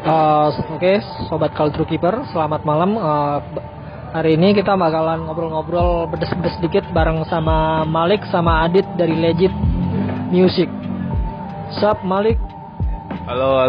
Oke, Sobat Culture Keeper, selamat malam. Hari ini kita bakalan ngobrol-ngobrol bedes-bedes dikit bareng sama Malik sama Adit dari Legit Music. Sup Malik? Halo.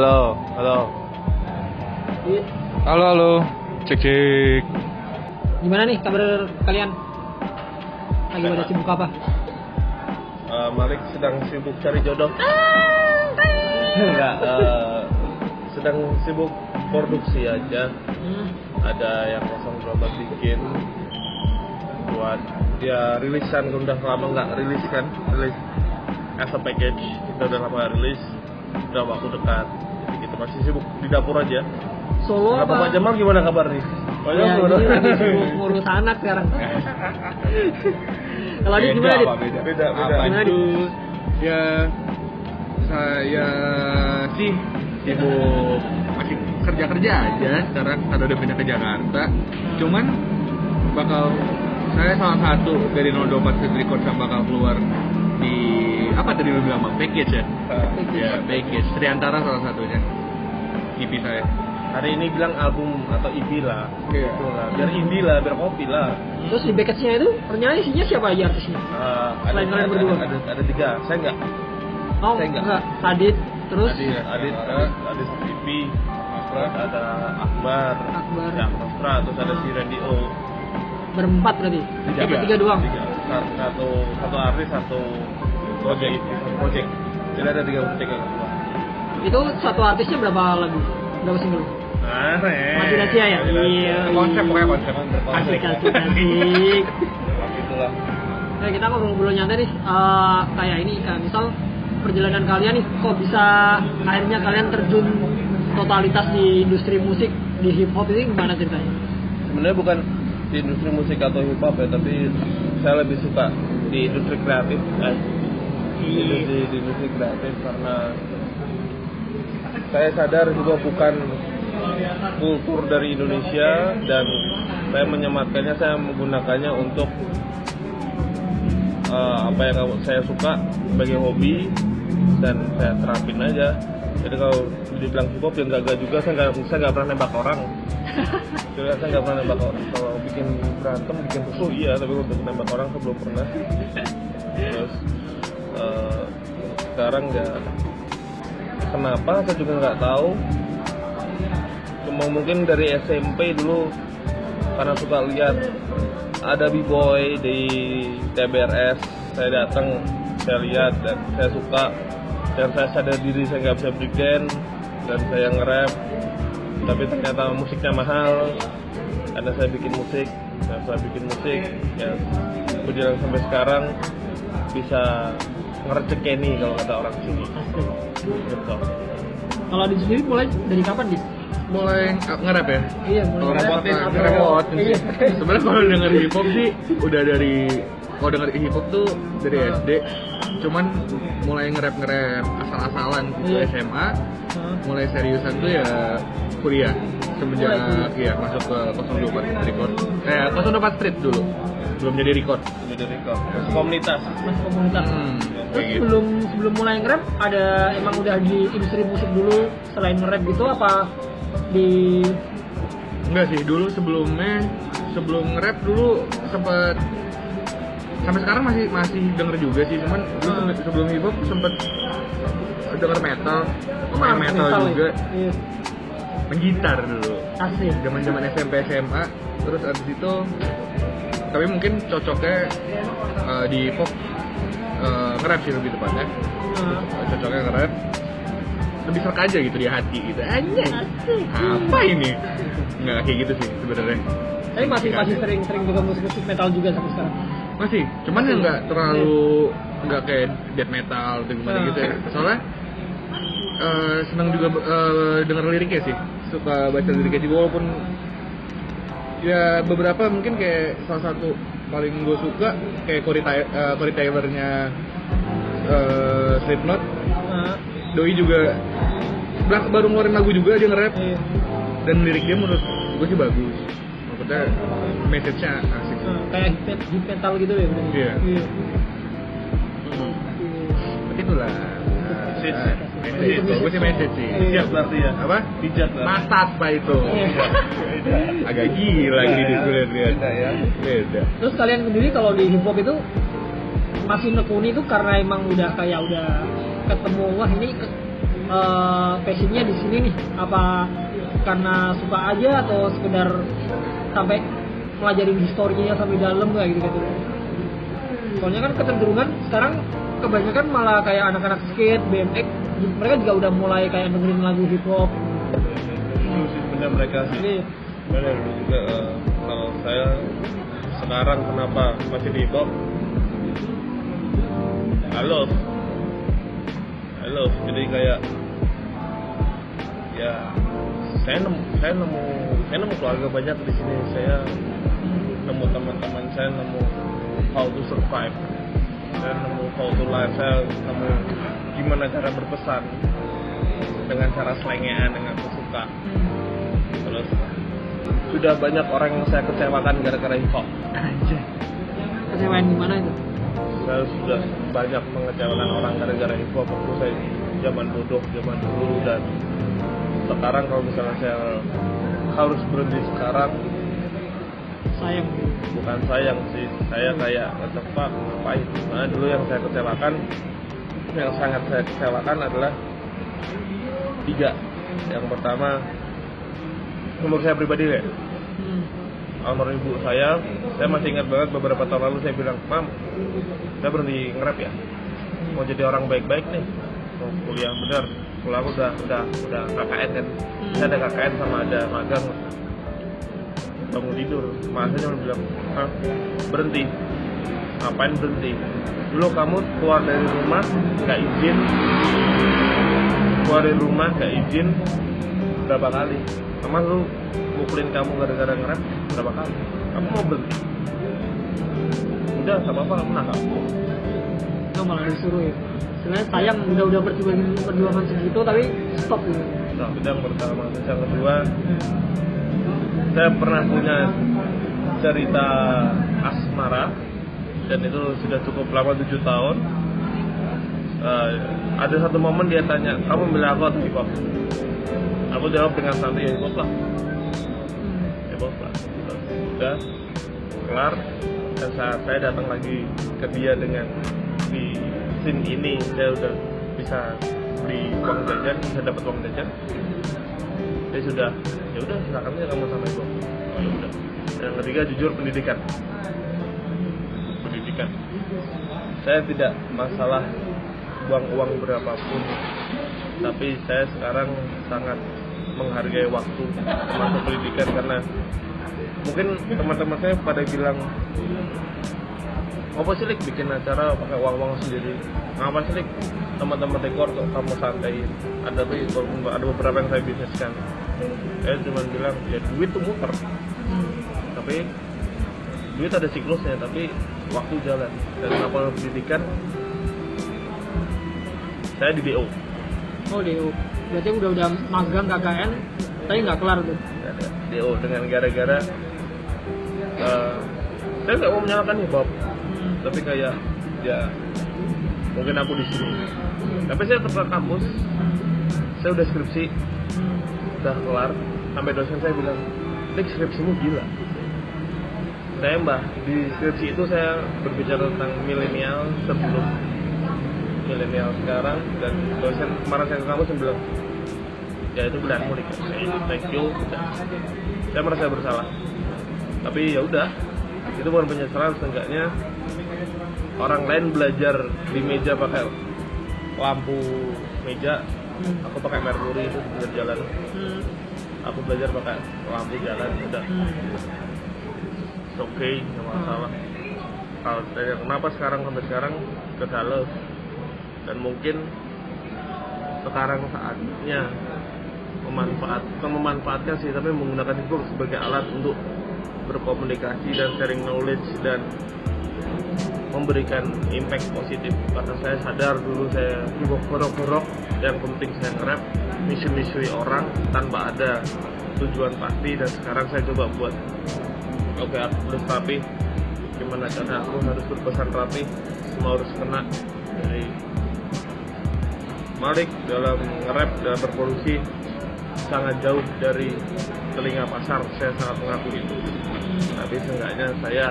Halo. Cek. Gimana nih kabar kalian? Lagi pada sibuk apa? Malik sedang sibuk cari jodoh. Enggak, sedang sibuk produksi aja. Ada yang 08 bikin buat ya rilisan, udah lama nggak rilis as a package, kita udah lama nggak rilis, udah waktu dekat. Jadi kita masih sibuk di dapur aja. Solo apa? Pak Jamal gimana kabar nih? Pak Jamal ini lagi sibuk ngurus anak sekarang. Kalau Adit gimana Adit? Beda. Gimana Adit? Ya saya sih sibuk masih kerja aja sekarang karena udah pindah ke Jakarta. Cuman saya salah satu dari 024 Street Records yang bakal keluar di apa tadi lu bilang package ya? Ya package Triantara salah satunya EP saya. Hari ini bilang album atau EP lah. Iya. Biar indie lah, biar kopi lah. Terus di package-nya itu penyanyi isinya siapa aja artisnya? Selain kalian berdua? Ada 3, saya enggak. Oh, saya enggak. Adit, terus? Adit EP, ada Akbar, ya, Nostra, terus ada si Randy O. Berempat berarti? Tiga doang? Satu artis, satu project. Jadi ada 3 project yang keluar. Itu satu artisnya berapa lagu? Berapa single? Masih rahasia ya? Iya. Konsep. Asik. Itulah. Ya, kita ngobrol nyantai nih. Kayak ini, misal perjalanan kalian nih, kok bisa akhirnya kalian terjun totalitas di industri musik, di hip hop ini gimana ceritanya? Sebenarnya bukan di industri musik atau hip hop ya, tapi saya lebih suka di industri kreatif. Di industri kreatif karena saya sadar juga bukan kultur dari Indonesia dan saya menyematkannya, saya menggunakannya untuk apa yang saya suka sebagai hobi dan saya terapin aja. Jadi kalau dibilang hip hop ya enggak juga, saya nggak pernah nembak orang. Saya nggak pernah nembak orang. Kalau bikin berantem, bikin rusuh iya, tapi untuk nembak orang saya belum pernah. Terus sekarang ya kenapa saya juga nggak tahu. Cuma mungkin dari SMP dulu karena suka lihat ada B-boy di TBRS, saya datang, saya lihat dan saya suka, dan saya sadar diri saya nggak bisa breakdance dan saya nge-rap, tapi ternyata musiknya mahal. Karena saya bikin musik ya berjalan sampai sekarang bisa ngercekeni kalau kata orang sini. Betul. Kalau di sendiri mulai dari kapan Dit? Mulai nge-rap ya? Iya, mulai nge-rap. Sebenarnya kalau denger hip hop sih udah kalau denger hip hop tuh dari SD. Cuman mulai nge-rap asal-asalan gitu SMA. Mulai seriusan tuh ya kuliah. Semenjak masuk ke 024 Record. 024 Street dulu. Belum jadi record. Komunitas. Terus sebelum mulai nge-rap ada emang udah di industri musik dulu selain nge-rap gitu apa di? Enggak sih, dulu sebelum nge-rap dulu sempet, sampai sekarang masih denger juga sih, cuman sebelum hip hop sempet denger metal, pemain metal juga. Iya. Main gitar dulu. Asik. Zaman SMP SMA, terus abis itu tapi mungkin cocoknya di pop nge-rap sih lebih tepatnya. Cocoknya nge-rap lebih serak aja gitu di hati gitu. Anjay. Apa ini? Nggak kayak gitu sih sebenarnya. Tapi masih sering juga musik metal juga sampai sekarang. Masih, cuman yang nggak kayak death metal atau gimana gitu ya. Soalnya senang juga denger liriknya sih. Suka baca liriknya juga, walaupun ya beberapa mungkin kayak salah satu paling gue suka kayak Corey Taylor-nya Slipknot. Doi juga baru ngeluarin lagu juga, dia nge-rap. Dan lirik dia menurut gue sih bagus. Maksudnya message-nya asik. Kayak hip metal gitu ya bener. Iya. Seperti itulah. Mindset, kalau gue sih mindset sih. Pijat berarti ya. Apa? Pijat berarti. Matat pak itu. Agak gila Beda gini ya. gue lihat. Beda ya. Beda. Terus kalian sendiri kalau di hip hop itu masih nekuni itu karena emang udah ketemu wah ini passionnya di sini nih, apa karena suka aja atau sekedar sampai pelajarin historinya sampai dalam kayak gitu. Soalnya kan kecenderungan sekarang kebanyakan malah kayak anak-anak skate, BMX, mereka juga udah mulai kayak dengerin lagu hip hop. Itu sih sebenarnya mereka sih. Jadi Benar juga kalau saya sekarang kenapa masih di hip hop? I love. Jadi kayak ya saya nemu keluarga banyak di sini. Saya nemu teman-teman, saya nemu how to survive, saya nemu how to live, saya nemu gimana cara berpesan dengan cara slengean, dengan suka. Terus sudah banyak orang yang saya kecewakan gara-gara hip hop. aja. Kecewain gimana itu? Saya sudah banyak mengecewakan orang gara-gara hip hop. Waktu saya zaman bodoh, zaman dulu, dan sekarang kalau misalnya saya harus berhenti sekarang, Sayang. bukan sayang sih, saya kayak ngecepak ngapain. Nah dulu yang saya kecewakan, yang sangat saya kecewakan adalah 3. Yang pertama, umur saya pribadi ya. Almarhum ibu saya masih ingat banget beberapa tahun lalu saya bilang, Mam, saya berhenti nge-rap ya, mau jadi orang baik-baik nih, mau kuliah bener. Kuliah aku udah KKN kan, saya ada KKN sama ada magang. Bangun tidur, masanya cuma bilang, berhenti. Ngapain berhenti? Dulu kamu keluar dari rumah nggak izin, berapa kali? Teman lu mukulin kamu gara-gara nge-rap berapa kali? Kamu mau berhenti? Udah, sama apa kamu nakal? Nggak malah disuruh ya. Sebenarnya sayang udah perjuangan segitu tapi stop gitu. Nah, itu yang pertama. Terus yang kedua, saya pernah punya cerita asmara dan itu sudah cukup lama, 7 tahun. Ada satu momen dia tanya, kamu milih aku atau hip hop? Aku jawab dengan santai, ya hip hop lah. Udah kelar, dan saat saya datang lagi ke dia dengan di scene ini, saya udah bisa beli uang jajan, bisa dapat uang jajan. Saya sudah, ya udah silakan aja kamu sama hip hop. Ya udah. Dan yang ketiga, jujur, pendidikan. Saya tidak masalah buang uang berapapun, tapi saya sekarang sangat menghargai waktu termasuk pendidikan, karena mungkin teman-teman saya pada bilang, apa sih Lik bikin acara pakai uang sendiri? Ngapa sih Lik teman-teman dekor kok kamu santai? Ada beberapa yang saya bisniskan. Saya cuma bilang, ya duit tuh muter, tapi duit ada siklusnya, tapi waktu jalan. Dan kalau pendidikan, saya di DO. Oh DO, berarti udah magang KKN, tapi nggak kelar tuh. DO dengan gara-gara saya nggak mau menyalahkan hip hop, tapi kayak ya mungkin aku di sini. Tapi saya tetap ke kampus, saya udah skripsi, udah kelar. Sampai dosen saya bilang, Lik, skripsimu gila. Saya mbah, di skripsi itu saya berbicara tentang milenial sebelum milenial sekarang, dan dosen kemarin saya ke kampus yang bilang, ya itu pilihanmu Lik. Thank you. Saya merasa bersalah, tapi ya udah, itu bukan penyesalan. Seenggaknya orang lain belajar di meja pakai lampu meja, aku pakai merkuri itu berjalan. Aku belajar pakai lampu jalan, udah. It's okay, nggak masalah. Kalau saya kenapa sampai sekarang kesalah, dan mungkin sekarang saatnya memanfaatkan sih, tapi menggunakan hip hop sebagai alat untuk berkomunikasi dan sharing knowledge dan memberikan impact positif. Karena saya sadar dulu saya horok-horok, yang penting saya nge-rap, misu-misui orang tanpa ada tujuan pasti, dan sekarang saya coba buat oke, aku harus rapi, gimana cara aku harus berpesan rapi, semua harus kena. Jadi Malik dalam nge-rap, dalam berproduksi sangat jauh dari telinga pasar, saya sangat mengakui itu. Tapi seenggaknya saya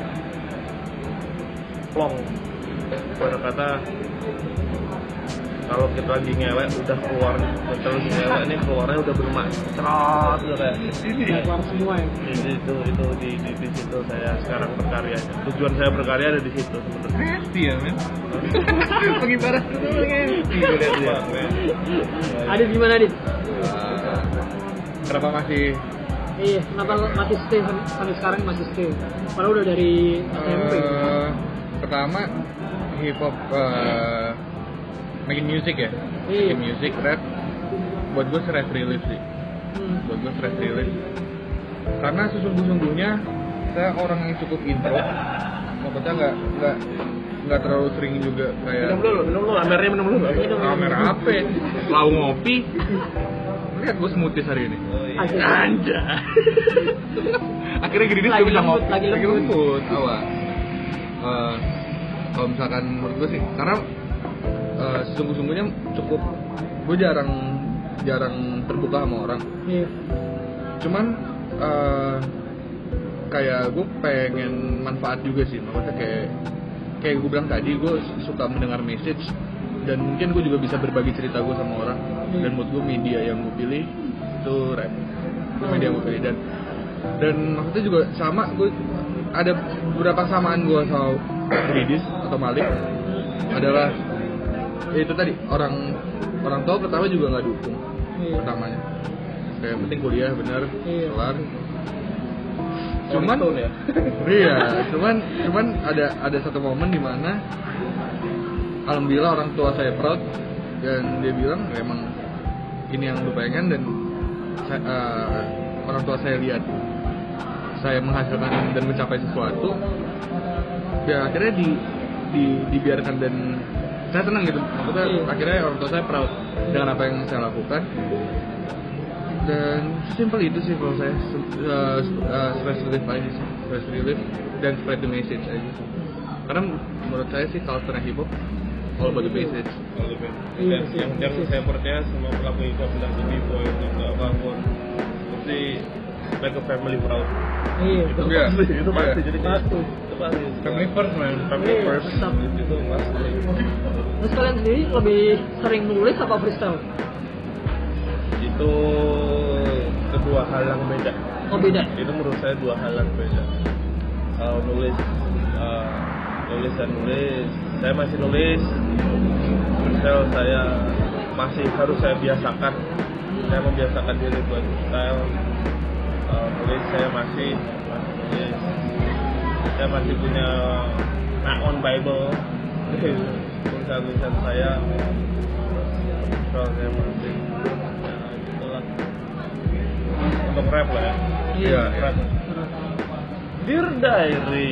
plong, berkata kalau kita lagi ngewek udah keluar, kita lagi ngewek ini keluarnya udah bermak, cerot udah kayak ini. Keluar semua ya. Itu di situ saya sekarang berkarya. Tujuan saya berkarya ada di situ sebenarnya. Iya men. Pengibaran itu men. Adit gimana Adit? Kenapa masih Iya, kenapa masih stay sampai sekarang masih stay? Padahal udah dari SMP. pertama hip hop making music ya, Iya. making music rap. Buat gue stress relief sih. Buat gue stress relief. Karena sesungguh-sungguhnya saya orang yang cukup intro. Maksudnya nggak terlalu sering juga kayak. Minum dulu, amernya minum dulu. Amer apa? Lau ngopi. Lihat gue smoothies hari ini. Asik. Anjay. Akhirnya gini gue bisa ngopi. Lagi lembut. Awal. Kalau misalkan menurut gue sih, karena sesungguh-sungguhnya cukup, gue jarang terbuka sama orang. Iya. Cuman kayak gue pengen manfaat juga sih, maksudnya kayak gue bilang tadi, gue suka mendengar message dan mungkin gue juga bisa berbagi cerita gue sama orang. Dan menurut gue media yang gue pilih itu rap, itu media yang gue pilih. Dan maksudnya juga sama, gue ada beberapa samaan gue sama Ridis atau Malik adalah ya itu tadi, orang tua pertama juga nggak dukung. Pertamanya kayak penting kuliah bener, kelar. Cuman ya. Iya, cuman ada satu momen di mana alhamdulillah orang tua saya proud dan dia bilang emang ini yang lu pengen, dan orang tua saya lihat saya menghasilkan dan mencapai sesuatu, ya akhirnya dibiarkan dan saya senang gitu. Maksudnya akhirnya orang tua saya proud dengan apa yang saya lakukan. Dan simple itu sih kalau saya, stress relief aja sih, stress relief dan spread the message aja sih. Karena menurut saya sih culture hip hop all about the message. Dan yang saya percaya semua pelaku hip hop dan b-boy atau apapun seperti like a family proud. Iya. Itu pasti. Jadi Pasti. itu pasti. Family first man. Family first. Tetap. Itu pasti. Terus kalian sendiri lebih sering nulis apa freestyle? Itu kedua hal yang beda. Oh beda. Itu menurut saya dua hal yang beda. Kalau nulis dan nulis, saya masih nulis. Freestyle saya masih harus saya biasakan. Saya membiasakan diri buat freestyle. Nulis saya masih nulis. Saya masih punya Naon Bible. Tulisan saya. Freestyle saya masih. Untuk rap lah ya. Iya. Rap. Dear Diary.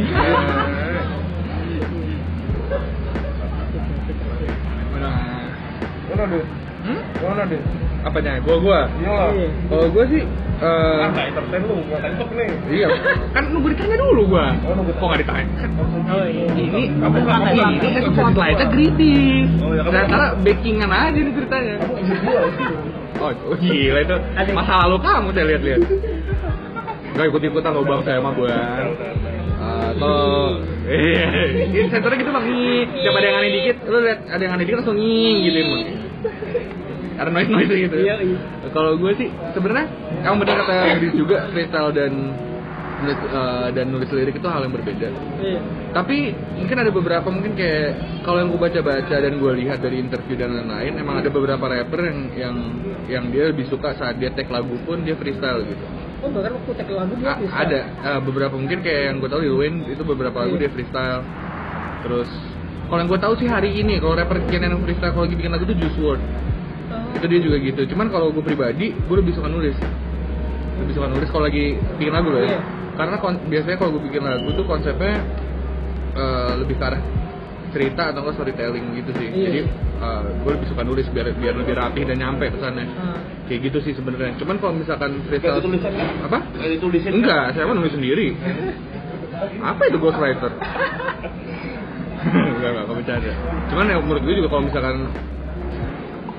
Mana deh? Mana deh? Apanya? Gua. Iya. Kalau gua sih Nggak entertain lu, nggak TikTok nih. iya. Kan lu ditanya dulu gua. Oh, lu Kok nggak ditanya? Oh iya. Ini Kamu nggak ini spotlightnya kritis. Oh, ya, kamu- Sementara backingan aja nih ceritanya. Oh gila itu masa lalu kamu saya lihat-lihat. Gak ikut-ikutan lo bang saya sama gue. Atau ini sensornya gitu bang, nih siapa ada yang aneh dikit, lo lihat ada yang aneh dikit langsung nging gitu emang. Ada noise gitu. Iya. Kalau gue sih sebenarnya kamu benar kata Gris juga, freestyle dan nulis lirik itu hal yang berbeda. Iya. Tapi mungkin ada beberapa, mungkin kayak kalau yang gue baca-baca dan gue lihat dari interview dan lain-lain, emang ada beberapa rapper yang dia lebih suka saat dia take lagu pun dia freestyle gitu. Oh bahkan waktu take lagu dia freestyle. Ada beberapa, mungkin kayak yang gue tahu Lil Wayne itu beberapa lagu dia freestyle. Terus kalau yang gue tahu sih hari ini kalau rapper yang freestyle kalau lagi bikin lagu itu Juice WRLD. Itu dia juga gitu. Cuman kalau gue pribadi, gue lebih suka nulis kalau lagi bikin lagu loh ya. Karena biasanya kalau gue bikin lagu tuh konsepnya lebih ke arah cerita atau enggak storytelling gitu sih. Jadi gue lebih suka nulis biar lebih rapih dan nyampe pesannya. Kayak gitu sih sebenarnya. Cuman kalau misalkan freestyle apa? Ditulisin. Enggak, saya mah nulis sendiri. Apa itu ghostwriter? Enggak bercanda. Cuman ya menurut gue juga kalau misalkan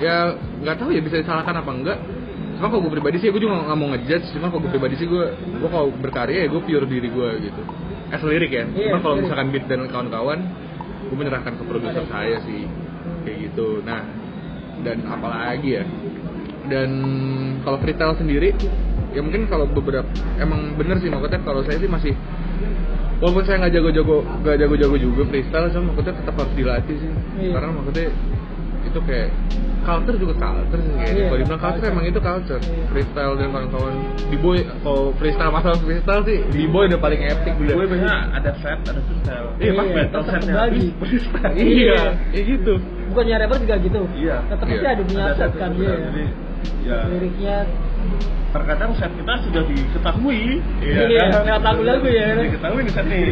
ya nggak tahu ya bisa disalahkan apa enggak. Cuma kalau gue pribadi sih gue juga nggak mau ngejudge. Cuma kalau gue pribadi sih gue kalau berkarya ya gue pure diri gue gitu. As lirik ya. Cuma kalau misalkan beat dan kawan-kawan, gue menyerahkan ke produser saya sih kayak gitu. Nah, dan apalagi ya. Dan kalau freestyle sendiri, ya mungkin kalau beberapa emang bener sih maksudnya kalau saya sih masih walaupun saya nggak jago-jago juga freestyle, cuma maksudnya tetap harus dilatih sih. Karena maksudnya itu kayak culture juga culture sih kayaknya. Kalau dibilang culture emang itu culture. Freestyle dan kawan-kawan B-boy, kalau freestyle masalah freestyle sih B-boy udah paling epic udah. B-boy biasanya ada set, ada freestyle. Pas battle setnya lagi. freestyle. Iya, gitu. Bukannya rapper juga gitu. Iya. Tetap pasti ada punya set kan dia. Jadi ya liriknya terkadang set kita sudah diketahui. Nggak tahu lagu ya. Diketahui di set nih.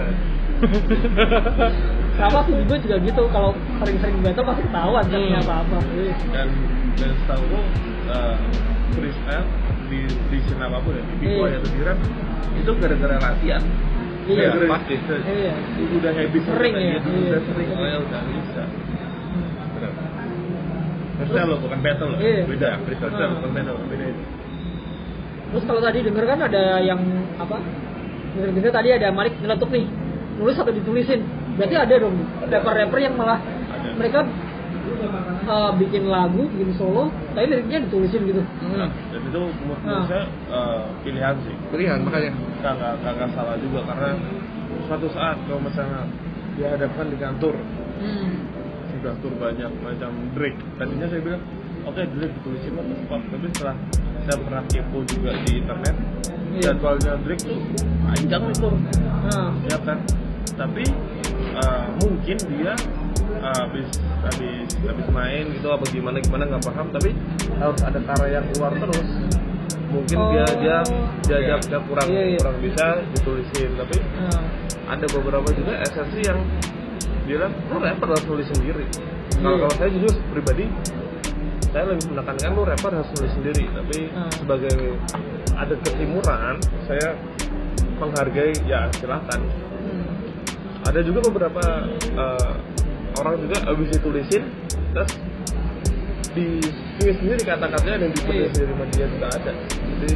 Sama sih gue juga gitu, kalau sering-sering battle pasti ketahuan setnya apa-apa. Dan setahu gue freestyle di scene apapun ya, di B-boy atau di rap itu gara-gara latihan. Iya, pasti. Iya. Udah habis Sering ya. Udah sering. Oh ya udah bisa. Benar. Freestyle loh, bukan battle loh. Beda, freestyle bukan battle, beda itu. Terus kalau tadi denger kan ada yang apa? Denger tadi ada Malik nyeletuk nih, nulis atau ditulisin. Berarti ada dong rapper-rapper yang malah mereka bikin lagu, bikin solo, tapi liriknya ditulisin gitu. Nah, dan itu menurut saya pilihan sih. Pilihan makanya. Kagak salah juga karena suatu saat kalau misalnya dihadapkan di kantor, sudah tur banyak macam Drake. Tadinya saya bilang, oke, Drake ditulisin lah spot, tapi setelah saya pernah kepo juga di internet, jadwalnya Drake tuh panjang nih tur, ya kan? Tapi mungkin dia habis main gitu apa gimana nggak paham, tapi harus ada karya yang keluar terus. Mungkin dia kurang bisa ditulisin, tapi ada beberapa juga esensi yang bilang lu rapper harus nulis sendiri. Kalau saya jujur pribadi saya lebih menekankan lu rapper harus nulis sendiri, tapi sebagai ada ketimuran saya menghargai, ya silakan. Ada juga beberapa orang juga abis ditulisin terus di sendiri kata-katanya dan dipenuhi sendiri sama dia juga ada. Jadi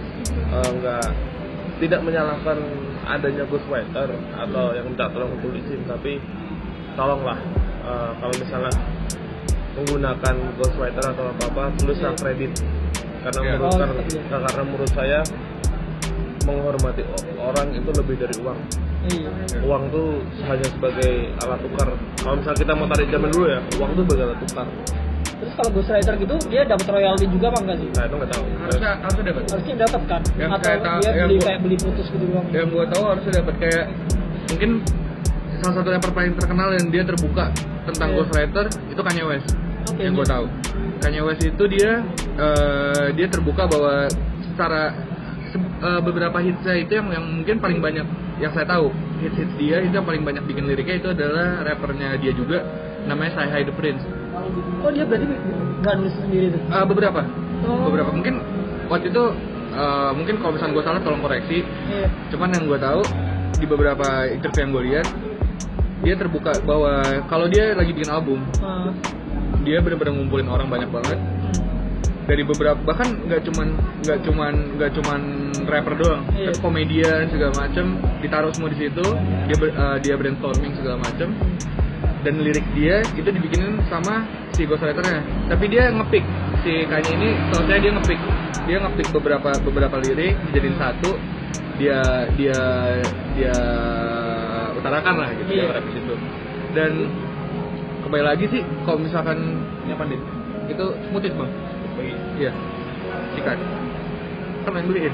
tidak menyalahkan adanya ghostwriter atau yang minta tolong tulisin, tapi tolonglah kalau misalnya menggunakan ghostwriter atau apa tulislah kredit, karena menurut saya menghormati orang itu lebih dari uang. Uang tuh hanya sebagai alat tukar. Kalau misalnya kita mau tarik zaman dulu ya, uang tuh sebagai alat tukar. Terus kalau ghostwriter gitu dia dapat royalti juga apa enggak sih? Nah itu nggak tahu. Harusnya dapat kan? Yang atau dia beli putus gitu doang? Yang gue tahu harusnya dapat kayak mungkin salah satu rapper paling terkenal yang dia terbuka tentang ghostwriter itu Kanye West. Yang gue tahu Kanye West itu dia terbuka bahwa secara beberapa hitsnya itu yang mungkin paling banyak yang saya tahu hits dia itu yang paling banyak bikin liriknya itu adalah rappernya dia juga, namanya Shy the Prince. Oh dia berarti nggak nulis sendiri tuh? Beberapa mungkin waktu itu mungkin kalau misalnya gue salah tolong koreksi. Cuman yang gue tahu di beberapa interview yang gue lihat dia terbuka bahwa kalau dia lagi bikin album dia benar-benar ngumpulin orang banyak banget dari beberapa, bahkan nggak cuman rapper doang, komedian segala macem ditaruh semua di situ, dia brainstorming segala macem, dan lirik dia itu dibikinin sama si ghostwriternya, tapi dia ngepick si Kanye ini, soalnya dia ngepick beberapa lirik dijadiin satu, dia utarakan lah gitu, dia rap di situ. Dan kembali lagi sih kalau misalkan Ini apa nih? itu smoothies bang. Iya, sikat. Kan yang beliin.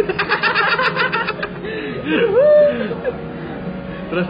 Terus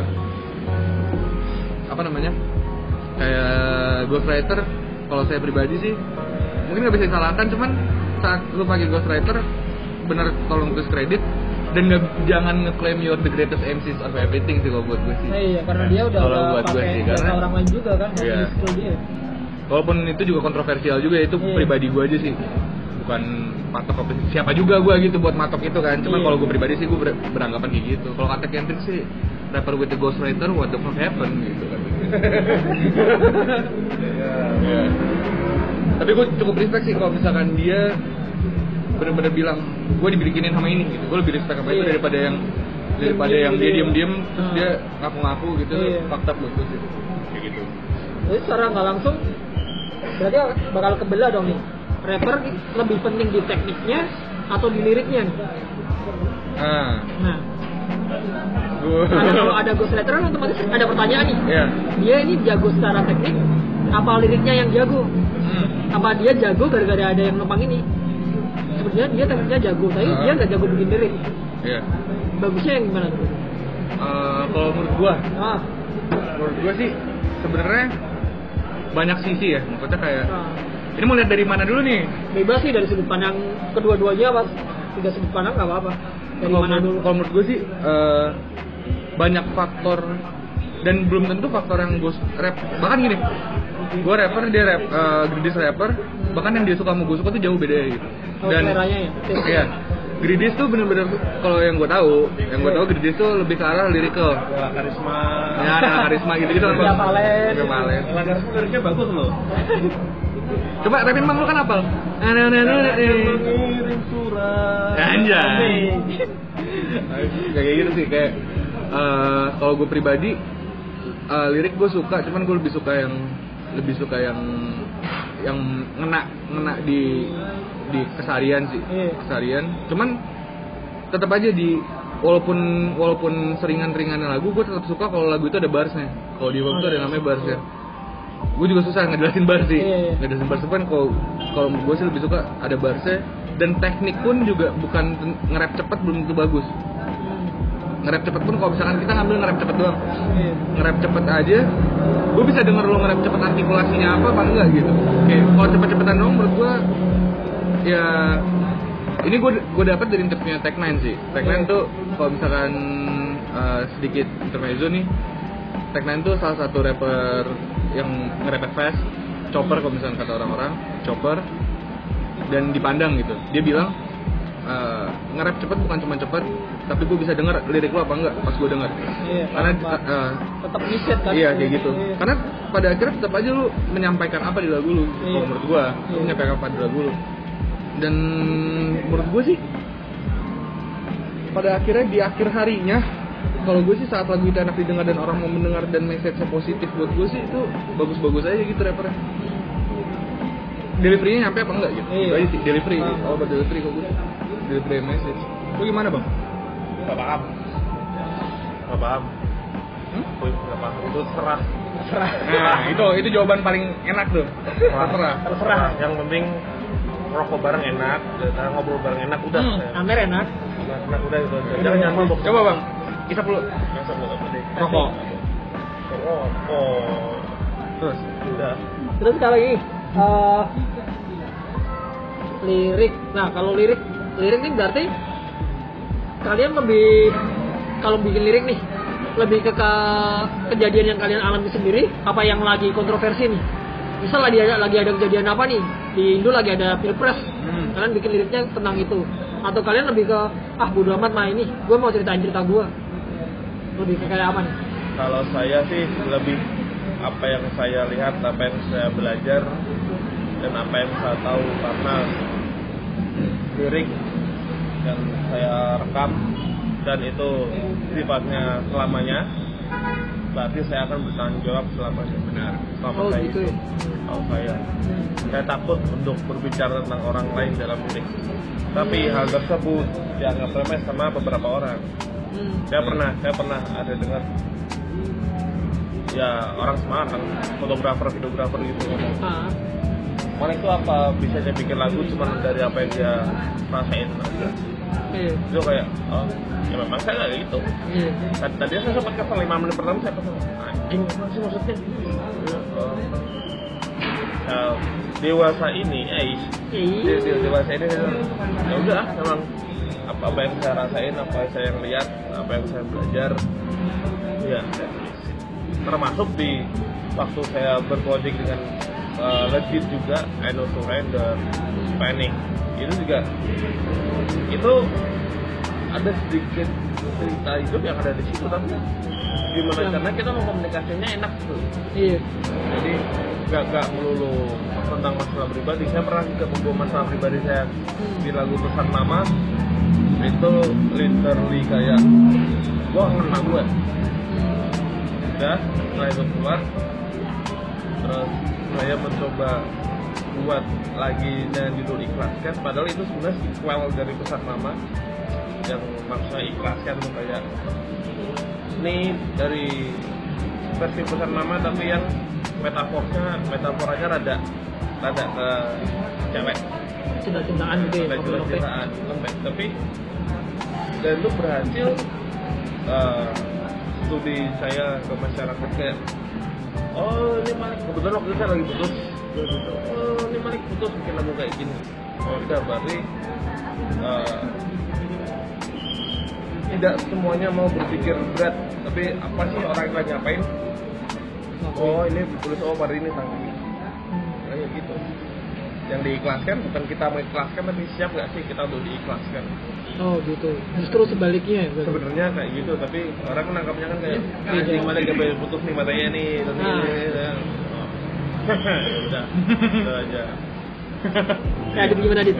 apa namanya? Kayak ghostwriter, kalau saya pribadi sih mungkin nggak bisa disalahkan, cuman saat lu pakai ghostwriter bener tolong tulis kredit dan jangan ngeklaim you're the greatest MCs of everything sih kalau buat gue sih. Iya, karena dia udah pakai jasa orang lain juga kan, skill dia. Walaupun itu juga kontroversial juga, itu pribadi gue aja sih, bukan matok siapa juga gue gitu buat matok itu kan. Cuman kalau gue pribadi sih gue beranggapan kayak gitu. Kalau kata Kendrick sih rapper with the ghostwriter, what the fuck happened gitu kan. Tapi gue cukup respect sih kalau misalkan dia benar-benar bilang gue dibikinin sama ini gitu. Gue lebih respect sama itu daripada yang dia diem-diem terus dia ngaku-ngaku gitu. Fakta buat gue sih kayak gitu. Jadi secara nggak langsung berarti bakal kebelah dong nih. Rapper lebih penting di tekniknya atau di liriknya nih? Nah, kalau ada ghostwriter kan otomatis ada pertanyaan nih. Dia ini jago secara teknik, apa liriknya yang jago? Apa dia jago gara-gara ada yang numpang ini? Sebenarnya dia tekniknya jago, tapi dia nggak jago bikin lirik. Bagusnya yang gimana tuh? Kalau menurut gua sih sebenarnya banyak sisi ya. Maksudnya kayak ini mau lihat dari mana dulu nih? Bebas sih dari sudut pandang kedua-duanya, Mas. Tidak sudut pandang nggak apa-apa. Dari mana dulu? Kalau menurut gue sih banyak faktor dan belum tentu faktor yang gue rap. Bahkan gini, gue rapper, dia rap, Gridis rapper, bahkan yang dia suka sama gue suka tuh jauh beda gitu. Dan seleranya ya? Iya, Gridis tuh bener-bener kalau yang gue tahu Gridis tuh lebih ke arah lyrical. Karisma. Ya, ada karisma gitu-gitu kan. Iya, Valen. Karisma liriknya bagus loh. Coba rapin bang, lu kan hafal. Mengirim surat. Anjay. Kayak gitu sih kayak kalau gue pribadi lirik gue suka, cuman gue lebih suka yang ngena di keseharian sih. Keseharian. Cuman tetap aja walaupun seringan-ringannya lagu, gue tetap suka kalau lagu itu ada barsnya. Kalau di web itu ada namanya barsnya. Gue juga susah ngejelasin bar sih. Ngejelasin bar kan kalau gue sih lebih suka ada barsnya, dan teknik pun juga bukan nge-rap cepet belum tentu bagus. Nge-rap cepet pun kalau misalkan kita ngambil nge-rap cepet doang. Nge-rap cepet aja, gue bisa denger lo nge-rap cepet artikulasinya apa enggak gitu. Kayak kalau cepet-cepetan doang menurut gue ya ini gue dapat dari interviewnya Tech9 sih. Tech9 tuh kalau misalkan sedikit intermezzo nih, Tech9 tuh salah satu rapper yang nge-rap fast, chopper kalau misalnya kata orang-orang, chopper, dan dipandang gitu. Dia bilang nge-rap cepet bukan cuma cepet, tapi gue bisa denger lirik lo apa enggak pas gue denger. Karena tetap riset kan. Iya kayak gitu. Karena pada akhirnya tetap aja lu menyampaikan apa di lagu lu. Kalau menurut gue, lu menyampaikan apa di lagu lu. Dan menurut gue sih pada akhirnya di akhir harinya, kalau gue sih saat lagu itu enak didengar dan orang mau mendengar dan message-nya positif, buat gue sih itu bagus-bagus aja gitu rappernya. Delivery-nya nyampe apa enggak gitu? Itu aja sih, delivery. Kalau buat delivery kok gue delivery message. Lu gimana bang? Gak paham. Gak paham. Itu terserah. Nah itu jawaban paling enak tuh. Terserah. Yang penting rokok bareng enak, ngobrol bareng enak, udah. Amer enak. Enak udah itu. Jangan mabok. Coba bang. Kita perlu rokok. Terus udah. Terus kalau ini lirik. Nah, kalau lirik ini berarti kalian lebih kalau bikin lirik nih lebih ke kejadian yang kalian alami sendiri apa yang lagi kontroversi nih? Misal lagi ada kejadian apa nih? Di Indo lagi ada Pilpres. Kalian bikin liriknya tentang itu. Atau kalian lebih ke bodo amat mah ini, gue mau ceritain cerita gue. Lebih ke kayak apa nih? Kalau saya sih lebih apa yang saya lihat, apa yang saya belajar, dan apa yang saya tahu, karena lirik yang saya rekam dan itu sifatnya selamanya, berarti saya akan bertanggung jawab selamanya. Benar. Selama saya gitu ya? Kalau saya takut untuk berbicara tentang orang lain dalam lirik. Tapi hal tersebut dianggap remeh sama beberapa orang. Saya pernah ada dengar ya orang Semarang, videografer gitu ngomong. Mana itu apa bisa dia bikin lagu cuma dari apa yang dia rasain aja. Itu kayak ya memang saya nggak gitu. Tadi saya sempat kesel 5 menit pertama saya kesel. Anjing apa sih maksudnya? Dewasa ini, dewasa ini ya udah memang apa yang saya rasain, apa yang saya lihat, apa yang saya belajar, ya termasuk di waktu saya berproject dengan Legit juga, I Know Surrender, Panic, itu juga itu ada sedikit cerita hidup yang ada di situ, tapi gimana caranya kita mau komunikasinya enak gitu. Iya. Jadi nggak melulu tentang masalah pribadi. Saya pernah juga membawa masalah pribadi saya di lagu Pesan Mama. Itu literally kayak gua ngena gue. Udah, setelah itu keluar, terus saya mencoba buat lagi dengan judul Ikhlaskan. Padahal itu sebenarnya sequel dari Pesan Mama yang maksudnya ikhlaskan tuh kayak ini dari versi Pesan Mama tapi yang metaforanya rada ke cewek, Cinta-cintaan gitu ya. cinta-cintaan lembek, tapi dan itu berhasil. Studi saya ke masyarakat kayak oh ini Malik kebetulan waktu itu saya lagi putus gitu. Oh ini Malik putus bikin lagu kayak gini. Oh udah berarti tidak semuanya mau berpikir berat, tapi apa sih orang yang lagi ngapain? Oh ini ditulis pada ini tanggung kayak gitu. Yang diikhlaskan bukan kita mau ikhlaskan, tapi siap nggak sih kita untuk diikhlaskan? Oh gitu. Justru sebaliknya. Sebenarnya kayak gitu, tapi orang menangkapnya kan kayak anjing mana gak boleh putus nih matanya nih, tapi udah aja. Ya, Adit gimana Adit?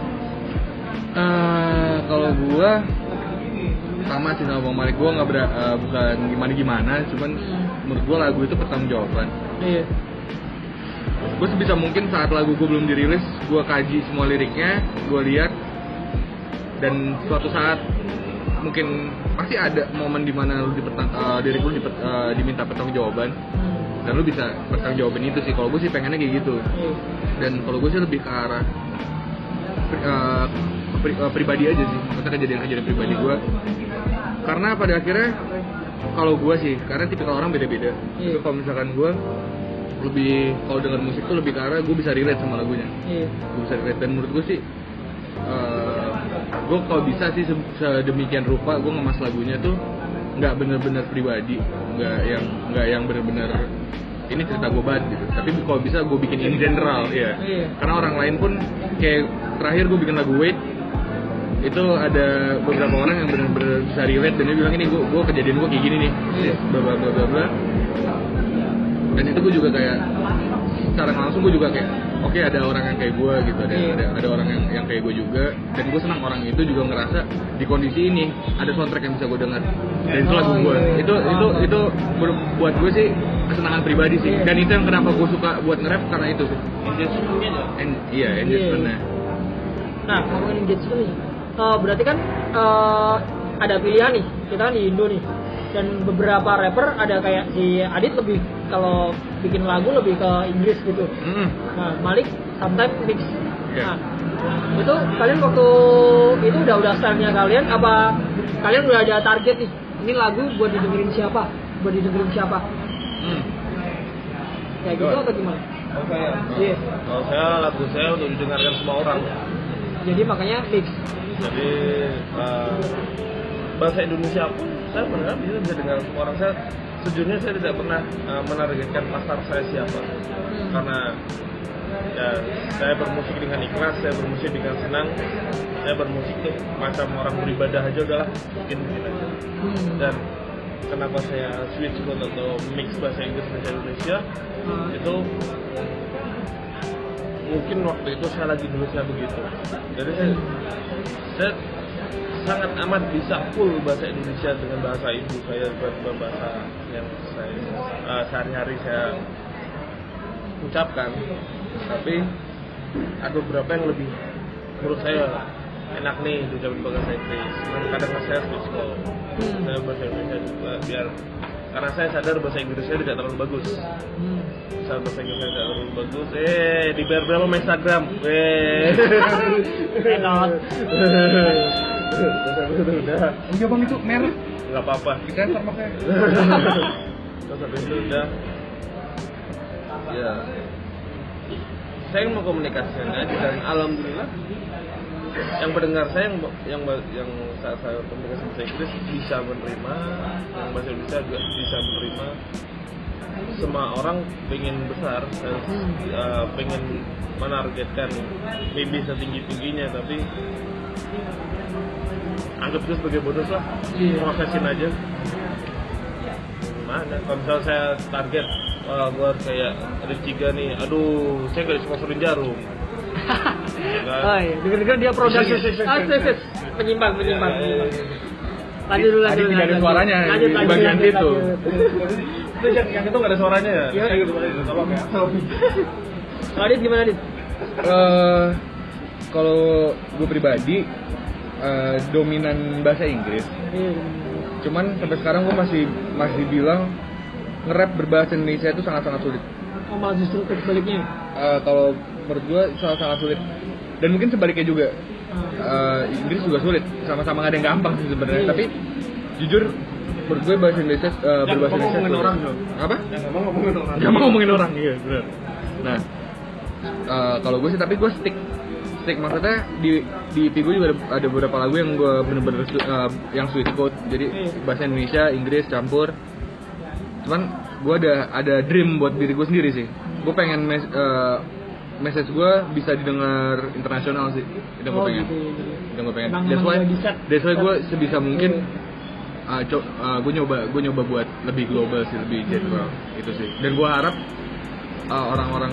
Kalau gua sama sih sama Bang Malik, gua nggak bukan gimana, cuman menurut gua lagu itu pertanggungjawaban. Iya. Gue sebisa mungkin saat lagu gue belum dirilis, gue kaji semua liriknya, gue lihat, dan suatu saat mungkin pasti ada momen dimana lu lirik lu diminta pertanggungjawaban, dan lu bisa pertanggungjawaban itu sih. Kalau gue sih pengennya kayak gitu, dan kalau gue sih lebih ke arah pribadi aja sih, maksudnya kejadian pribadi gue, karena pada akhirnya kalau gue sih, karena tipikal orang beda-beda. Tapi kalau misalkan gue lebih, kalau dengar musik tuh lebih ke arah gue bisa relate sama lagunya. Gue bisa relate, dan menurut gue sih gue kalau bisa sih sedemikian rupa gue ngemas lagunya tuh nggak bener-bener pribadi, nggak yang bener-bener ini cerita gue banget gitu, tapi kalau bisa gue bikin in general ya. Karena orang lain pun kayak terakhir gue bikin lagu Wait itu ada beberapa orang yang bener-bener bisa relate, dan dia bilang ini gue kejadian gue kayak gini nih, bla bla bla bla. Dan itu gue juga kayak secara langsung gue juga kayak oke, ada orang yang kayak gue gitu, ada orang yang kayak gue juga, dan gue senang orang itu juga ngerasa di kondisi ini ada soundtrack yang bisa gue dengar, dan itu lagu gue. Itu buat gue sih kesenangan pribadi sih, dan itu yang kenapa gue suka buat nge-rap, karena itu sih engagementnya. Nah, ngomongin engagement nih, berarti kan ada pilihan nih, kita kan di Indo nih, dan beberapa rapper ada kayak si Adit lebih kalau bikin lagu lebih ke Inggris gitu. Nah, Malik sometimes mix. Nah, itu kalian waktu itu udah stylenya kalian, apa kalian udah ada target nih? Ini lagu buat didengerin siapa? Kayak gitu atau gimana? Kalau saya lagu saya untuk didengarkan semua orang. Jadi makanya mix. Jadi bahasa Indonesia pun saya benar bisa dengar semua orang. Saya sejujurnya saya tidak pernah menargetkan pasar saya siapa, karena ya, saya bermusik dengan ikhlas, saya bermusik dengan senang, saya bermusik tuh macam orang beribadah aja udahlah, bikin aja. Dan kenapa saya switch mode atau mix bahasa Inggris bahasa Indonesia itu mungkin waktu itu saya lagi nulisnya begitu, jadi saya sangat amat bisa full bahasa Indonesia dengan bahasa ibu saya, bahasa yang saya sehari-hari saya ucapkan. Tapi ada beberapa yang lebih menurut saya enak nih diucapin bahasa Inggris. Kadang saya switch call, saya bahasa Indonesia juga biar, karena saya sadar bahasa Inggris saya tidak terlalu bagus. Bahasa Inggris saya tidak terlalu bagus. Dibayar berapa sama Instagram? Enak. Udah. Iya bang, itu merah. Nggak apa-apa. Kita ntar pakai. Terus habis itu udah. Ya. Saya mau komunikasikan aja, dan alhamdulillah yang pendengar saya yang saat saya komunikasi bahasa Inggris bisa menerima, yang bahasa Indonesia juga bisa menerima. Semua orang pengen besar dan pengen menargetkan mimpi setinggi-tingginya, tapi anggap itu sebagai bonus lah, prosesin aja. Gimana? Kalau misalnya saya target, gue harus kayak ada Ciga nih, aduh, saya gak disponsorin Jarum. Oh iya, dengar-dengar dia produk. Menyimpang. Lanjut dulu. Tidak ada suaranya di bagian itu. Itu yang itu nggak ada suaranya ya? Iya. Tolong ya. Adit gimana Adit? Kalau gue pribadi dominan bahasa Inggris. Cuman sampai sekarang gue masih bilang nge-rap berbahasa Indonesia itu sangat-sangat sulit. Oh, malah justru kebaliknya. Kalau menurut gue sangat-sangat sulit. Dan mungkin sebaliknya juga. Inggris juga sulit, sama-sama nggak ada yang gampang sih sebenarnya. Tapi jujur menurut gue bahasa Indonesia berbahasa Indonesia ngomongin orang dong. Apa? Yang ngomongin orang. Gampang ngomongin orang, iya benar. Nah, kalau gue sih tapi gue stick maksudnya di EP gue juga ada beberapa lagu yang gue bener-bener yang sweet code. Jadi bahasa Indonesia, Inggris campur. Cuman gue ada dream buat diri gue sendiri sih. Gue pengen message gue bisa didengar internasional sih. Itu gue pengen. Itu gue pengen. That's why gue sebisa mungkin gue nyoba buat lebih global sih, lebih general itu sih. Dan gue harap orang-orang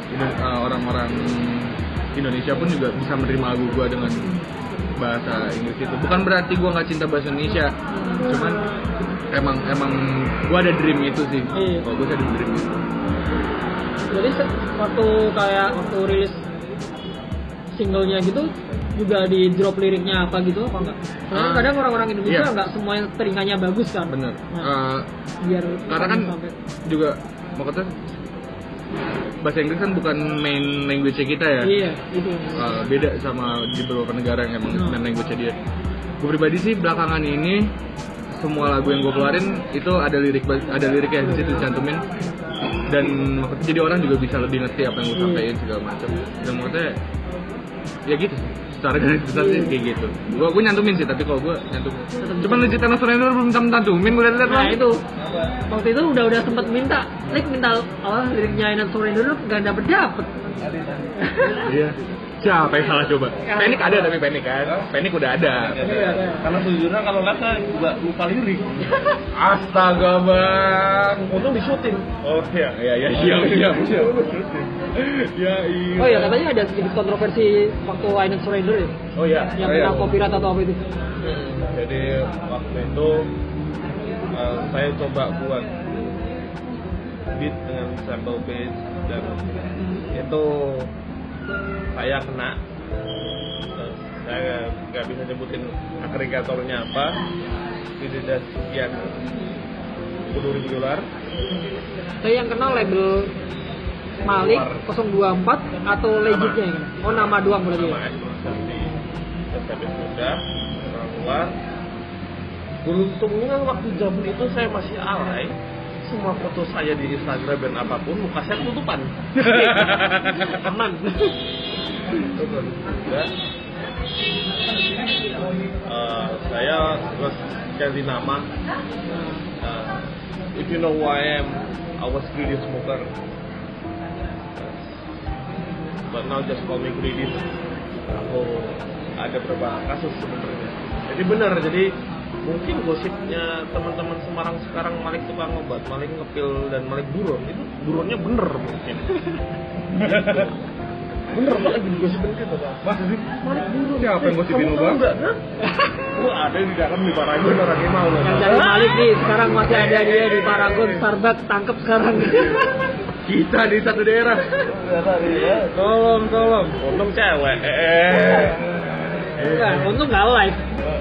Indonesia pun juga bisa menerima lagu gue dengan bahasa Inggris itu. Bukan berarti gue nggak cinta bahasa Indonesia, cuman emang gue ada dream itu sih. Kalau gue ada dream itu. Jadi waktu rilis singlenya gitu juga di drop liriknya apa gitu apa enggak? Karena kadang orang-orang Indonesia nggak semuanya telinganya bagus kan. Bener. Biar karena kan sampai... juga maksudnya bahasa Inggris kan bukan main language kita ya. Iya, itu. Beda sama di beberapa negara yang emang main language dia. Gue pribadi sih belakangan ini semua lagu yang gue keluarin itu ada liriknya di situ dicantumin. Dan jadi orang juga bisa lebih ngerti apa yang gue sampaikan segala macam. Dan maksudnya ya gitu secara garis besar sih kayak gitu. Gue nyantumin sih, tapi kalau gue nyantumin cuman Legit Tanah Surrender belum nyantumin. Gue lihat nah itu waktu itu udah sempat minta liriknya Inat Surrender gak dapet. Iya. Siapa yang salah coba? Panic ada tapi Panic kan? Panic udah ada. Karena sejujurnya kalau nggak saya juga lupa lirik. Astaga bang. Untung di syuting. Oh iya. Iya. Oh iya, katanya ada sedikit kontroversi waktu Inat Surrender ya? Oh iya. Yang kena copyright atau apa itu? Jadi waktu itu saya coba buat beat dengan sample bass dan itu saya kena. Saya nggak bisa nyebutin agregatornya apa. Ini udah sekian $10,000. Saya yang kenal label Malik 024 atau Legitnya ini? Oh nama doang berarti ya? Nama eksklusif SKB sudah keluar. Beruntungnya waktu zaman itu saya masih alay. Semua foto saya di Instagram dan apapun muka saya tutupan. Aman. Saya terus ganti nama. If you know who I am, I was greedy smoker. But now just call me greedy. Aku ada beberapa kasus sebenarnya. Jadi benar, jadi mungkin gosipnya teman-teman Semarang sekarang Malik tukang obat, Malik ngepil dan Malik buron, itu buronnya bener mungkin. Bener banget digosipin gitu kan. Masa sih? Malik buron. Siapa yang gosipin lu bang? Ada di dalam di Paragon orangnya mau. Yang dari Malik nih sekarang masih ada dia di Paragon, Starbucks tangkep sekarang. Kita di satu daerah. Tolong. Untung cewek. Enggak, untung nggak live.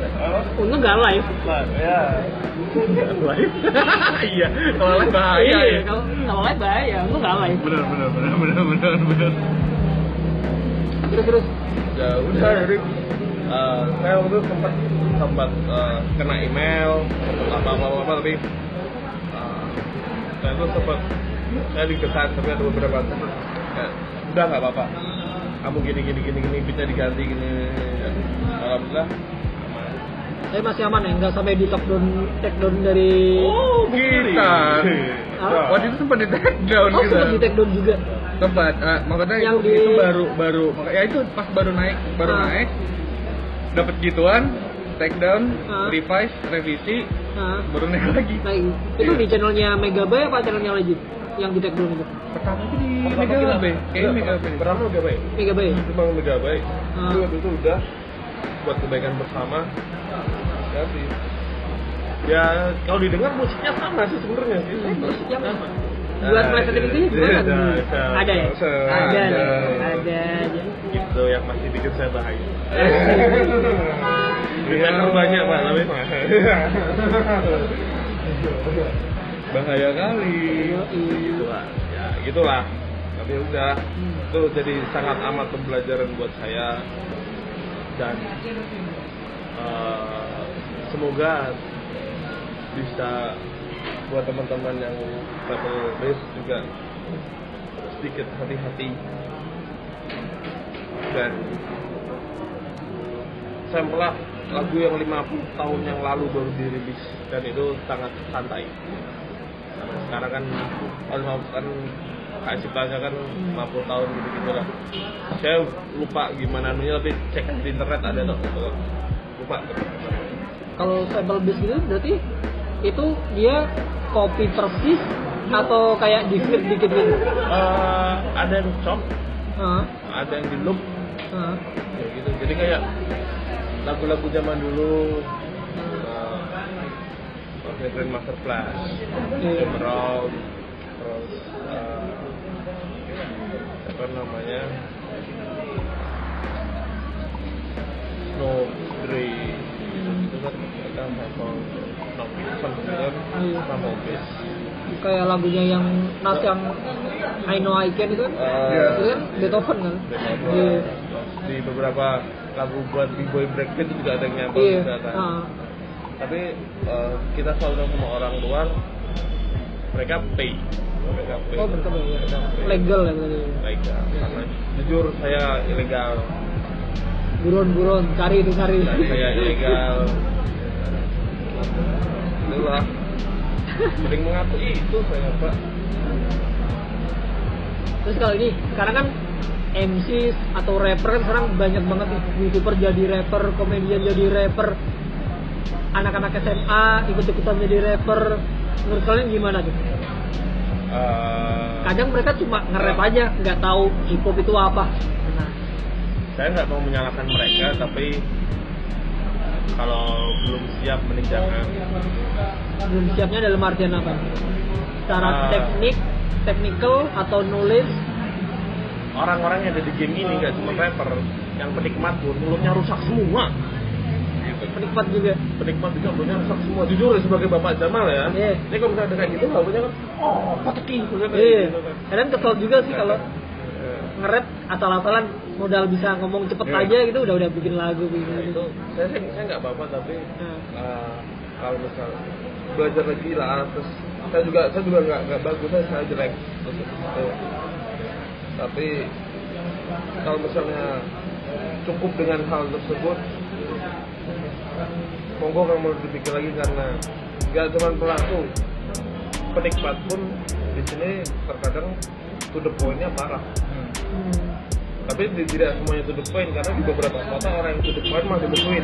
Ya. Live? Iya, kalau live bahaya ya. Kalau live bahaya, untung nggak live. Bener. Terus. Ya udah jadi saya waktu itu sempat kena email apa tapi saya itu sempat saya dikesan tapi ada beberapa udah nggak apa-apa, kamu gini bisa diganti gini. Alhamdulillah Saya masih aman ya, nggak sampai di take down dari. Oh kita. Waktu itu sempat di take down kita. Sempat di take down juga. Tempat, makanya yang itu baru ya itu pas baru naik dapat gituan, take down, Ah. revise, revisi, Nah, baru naik lagi. itu Iya. di channelnya Megabyte apa channelnya Legit yang di tag dulu itu? Pertama itu di Pertama kita- Megabyte, kayaknya Enggak, Megabyte. Pertama Megabyte. Megabyte. Cuma Megabyte. Ah. Itu udah buat kebaikan bersama. Ya sih. Ya kalau didengar musiknya sama sih sebenarnya sih. Musiknya sama. Buat pelajaran itu gimana? Ada ya? Ada aja. Gitu yang masih bikin saya bahaya. Reminder banyak Pak, tapi mah. Bahaya kali. Gitulah. Ya, gitulah. Tapi udah itu jadi sangat amat pembelajaran buat saya dan semoga bisa buat teman-teman yang travel base juga sedikit hati-hati dan sampel lagu yang 50 tahun yang lalu baru dirilis dan itu sangat santai. Karena sekarang kan kalau kan kayak ciptanya kan 50 tahun gitu-gitu lah. Saya lupa gimana anunya tapi cek di internet ada tuh. Lupa. Kalau sample bass gitu berarti itu dia copy persis atau kayak di feed dikit gitu? Ada yang chop, Heeh. ada yang di loop, Heeh. ya gitu. Jadi kayak lagu-lagu zaman dulu, Grandmaster Flash, Iya. Brown, terus apa namanya, Snow Grey, itu kan ada sample Snow Vixen gitu kan, Iya. sample bass. Kayak lagunya yang Nas yang I Know I Can itu kan? Itu kan Beethoven kan? Iya. Di beberapa lagu buat b-boy breakbeat juga ada yang nyambung Iya. juga kan. Ah. Tapi kita selalu tahu sama orang luar mereka pay. Oh betul ya. Mereka pay. Legal ya berarti. Legal. Karena jujur saya ilegal. Buron cari itu cari. Saya ilegal. Itulah. Sering mengakui itu saya Pak. Terus kalau ini sekarang kan MC atau rapper kan sekarang banyak banget nih, YouTuber jadi rapper, komedian jadi rapper, anak-anak SMA ikut-ikutan jadi rapper. Menurut kalian gimana tuh? Kadang mereka cuma nge-rap aja, nggak tahu hip hop itu apa. Nah, Saya nggak mau menyalahkan mereka, tapi kalau belum siap mending jangan. belum siapnya dalam artian apa? Secara technical atau knowledge? Orang-orang yang ada di game ini nggak cuma rapper, yang penikmat pun mulutnya rusak semua. Penikmat juga. Penikmat juga mulutnya rusak semua. Jujur ya, sebagai bapak Jamal ya. Iya. Ini kalau misalnya ada kayak gitu, lagunya kan, oh pateki. Iya. Kadang kesel juga sih kalau Iya. nge-rap asal-asalan modal bisa ngomong cepet Iya. aja gitu udah bikin lagu Nah, begini. itu saya nggak apa-apa, tapi Nah, kalau misalnya belajar lagi lah, terus saya juga nggak bagus, saya jelek untuk itu. Tapi kalau misalnya cukup dengan hal tersebut, monggo kamu dipikir lagi, karena nggak cuma pelaku, penikmat pun di sini terkadang to the point-nya parah. Tapi tidak semuanya to the point, karena di beberapa kota orang yang to the point masih between.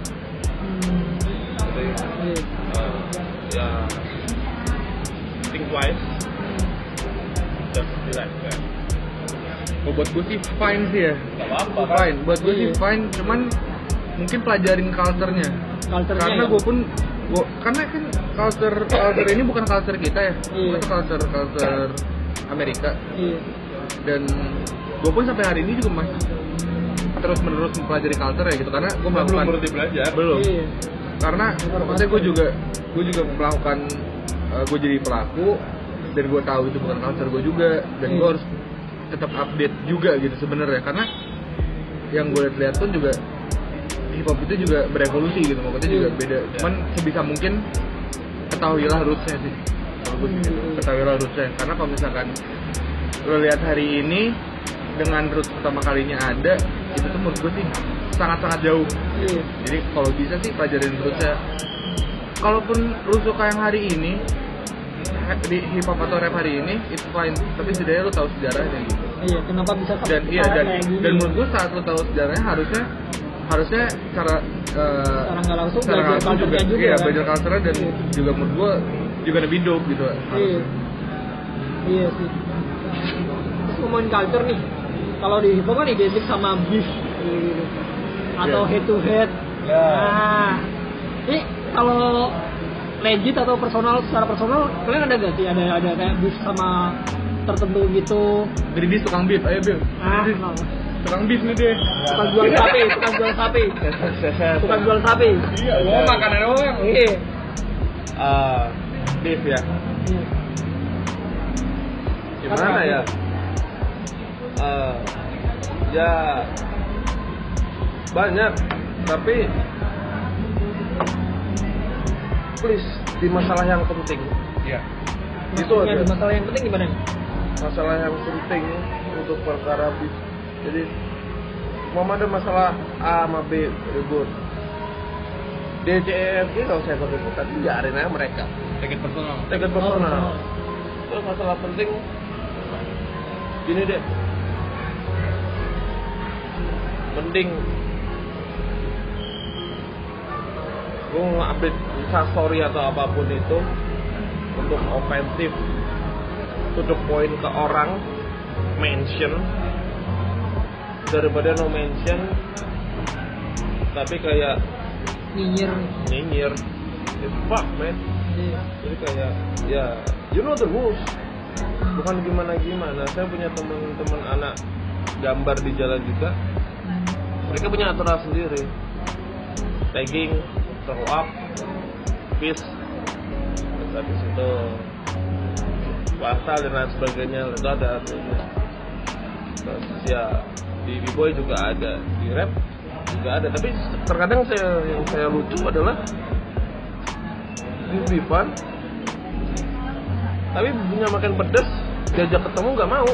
Jadi iya. ya think twice, just relax kan. Oh, buat gue sih fine sih ya. Gak apa-apa kan? Fine, buat gue sih Iya. fine. Cuman mungkin pelajarin culture-nya. Culture-nya Karena ya. karena kan culture ini bukan culture kita ya. Iya. Itu culture Amerika. Iya. Dan gue pun sampai hari ini juga masih terus-menerus mempelajari culture ya gitu, karena gue Belum melakukan berhenti belajar. belum. Iya. Karena maksudnya gue juga melakukan gue jadi pelaku dan gue tahu itu bukan culture gue juga, dan gue harus tetap update juga gitu sebenarnya, karena yang gue lihat pun juga hip hop itu juga berevolusi gitu, maksudnya juga beda. Cuman sebisa mungkin ketahuilah rootsnya sih, kalau gue sih gitu. Ketahuilah rootsnya, karena kalau misalkan lo lihat hari ini dengan roots pertama kalinya ada, itu tuh menurut gue sih sangat-sangat jauh. Iya. Jadi kalau bisa sih pelajarin rootsnya. Kalaupun lu suka yang hari ini di hip hop atau rap hari ini, it's fine. Tapi setidaknya lu tahu sejarahnya gitu. Iya, kenapa bisa Dan iya kayak gini? dan menurut gue saat lu tahu sejarahnya harusnya harusnya cara nggak langsung secara belajar langsung culture-nya juga iya, kan? belajar culture dan juga menurut gue juga lebih hidup gitu Iya. Iya sih. Terus ngomongin culture nih, kalau di hip hop kan identik sama beef gitu. Atau Iya. head to head. Ya. Nah, ini kalau legit atau personal, secara personal kalian ada gak sih ada kayak beef sama tertentu gitu? Gridis tukang beef, ayo beef. Kenapa? Tukang beef nih deh. Tukang jual sapi, tukang jual sapi. Iya, gua makanan doang. Iya. Beef ya. Iya. Gimana ya? Ya banyak, tapi please di masalah yang penting. Iya. Itu Maksudnya aja. di masalah yang penting gimana nih? Masalah yang penting untuk perkara beef. Jadi mau ada masalah A sama B ribut. DCFG kalau saya ribut tadi biarin aja mereka. Take it personal. Take it personal. Terus masalah penting gini deh. Mending gue nge-update story atau apapun itu untuk ofensif, to the point ke orang, mention daripada no mention tapi kayak nyinyir. Fuck man. Iya. Jadi kayak ya you know the rules. Bukan gimana. Saya punya teman-teman anak gambar di jalan juga. Mereka punya aturan sendiri. Tagging, throw up, fish, terus habis itu puasa dan lain sebagainya, itu ada aturannya. Terus ya di B-boy juga ada, di rap juga ada. Tapi terkadang yang saya lucu adalah di fun, tapi punya makan pedas, diajak ketemu nggak mau.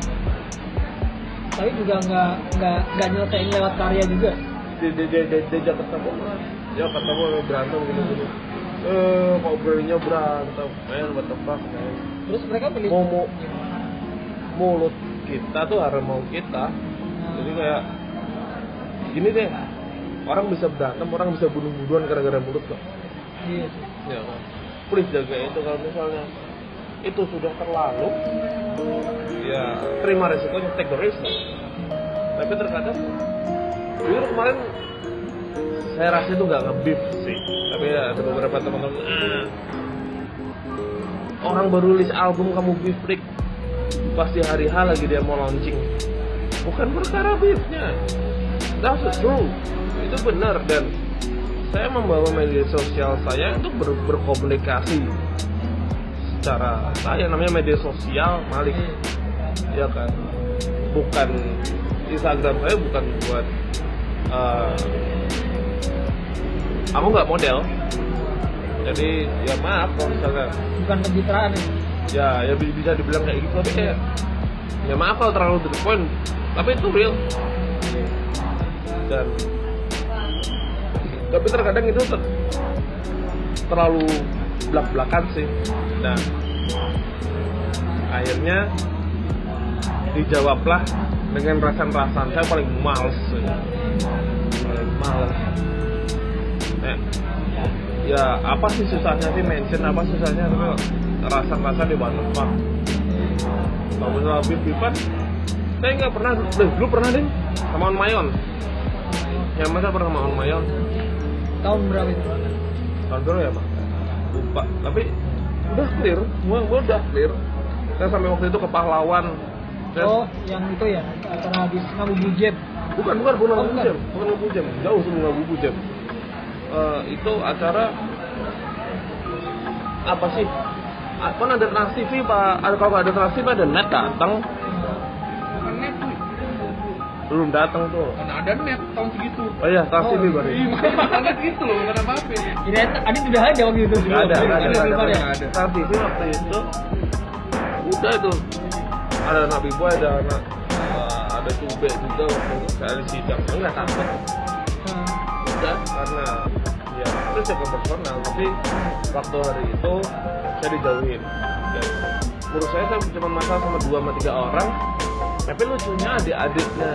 Tapi juga nggak nyelesain lewat karya juga. Diajak ketemu, ya ketemu berantem gini. Kok beraninya berantem, man, what the fuck, man. Terus mereka milih Mau mulut kita tuh harimau kita. Jadi kayak gini deh, orang bisa berantem, orang bisa bunuh-bunuhan gara-gara mulut kok. Iya. Ya kan? Please jaga itu. Kalau misalnya itu sudah terlalu, ya terima resikonya, take the risk. Tapi terkadang dulu kemarin saya rasa itu nggak nge-beef sih, tapi ya ada beberapa teman-teman orang baru rilis album kamu beef break pas di hari H lagi dia mau launching, bukan perkara beefnya. That's true, itu benar. Dan saya membawa media sosial saya untuk berkomunikasi secara saya, namanya media sosial Malik, ya kan, bukan Instagram saya bukan buat aku nggak model, jadi ya maaf kalau misalnya Bukan pencitraan ya. ya bisa dibilang kayak gitu, tapi kayak ya maaf kalau terlalu to the point, tapi itu real. Dan tapi terkadang itu terlalu belak-belakan sih. Nah akhirnya dijawablah dengan rasan-rasan. Saya paling males. Ya apa sih susahnya sih mention, apa susahnya, tapi rasan-rasan di mana pak. Kalau misalnya beef-beefan, saya nggak pernah. Dulu pernah deh sama On Mayon. Ya masa pernah sama On Mayon? Tahun berapa itu? Tahun berapa ya mak? Lupa. Tapi udah clear, gua udah clear. Saya sampai waktu itu ke Pahlawan. Oh, yang itu ya, acara habis Ngabubu Jam. Bukan Ngabubu Jam. Jauh sebelum Ngabubu Jam. Itu acara apa sih? Kan ada Trans TV pak. Kalau ada Trans TV ada net datang. Bukan net tuh. Belum datang tuh. Mana ada net tahun segitu. Oh iya, Trans TV baru. Iya, makanya net gitu loh, bukan apa-apa. Jadi Adit udah ada waktu itu. Nggak ada. Ada. Trans TV waktu itu udah itu. Ada anak B-boy, ada Tube juga waktu itu saya sidang. Enggak takut. Udah, karena ya itu jaga personal, tapi waktu hari itu saya dijauhin. Dan menurut saya cuma masalah sama 2-3 orang, tapi lucunya adik-adiknya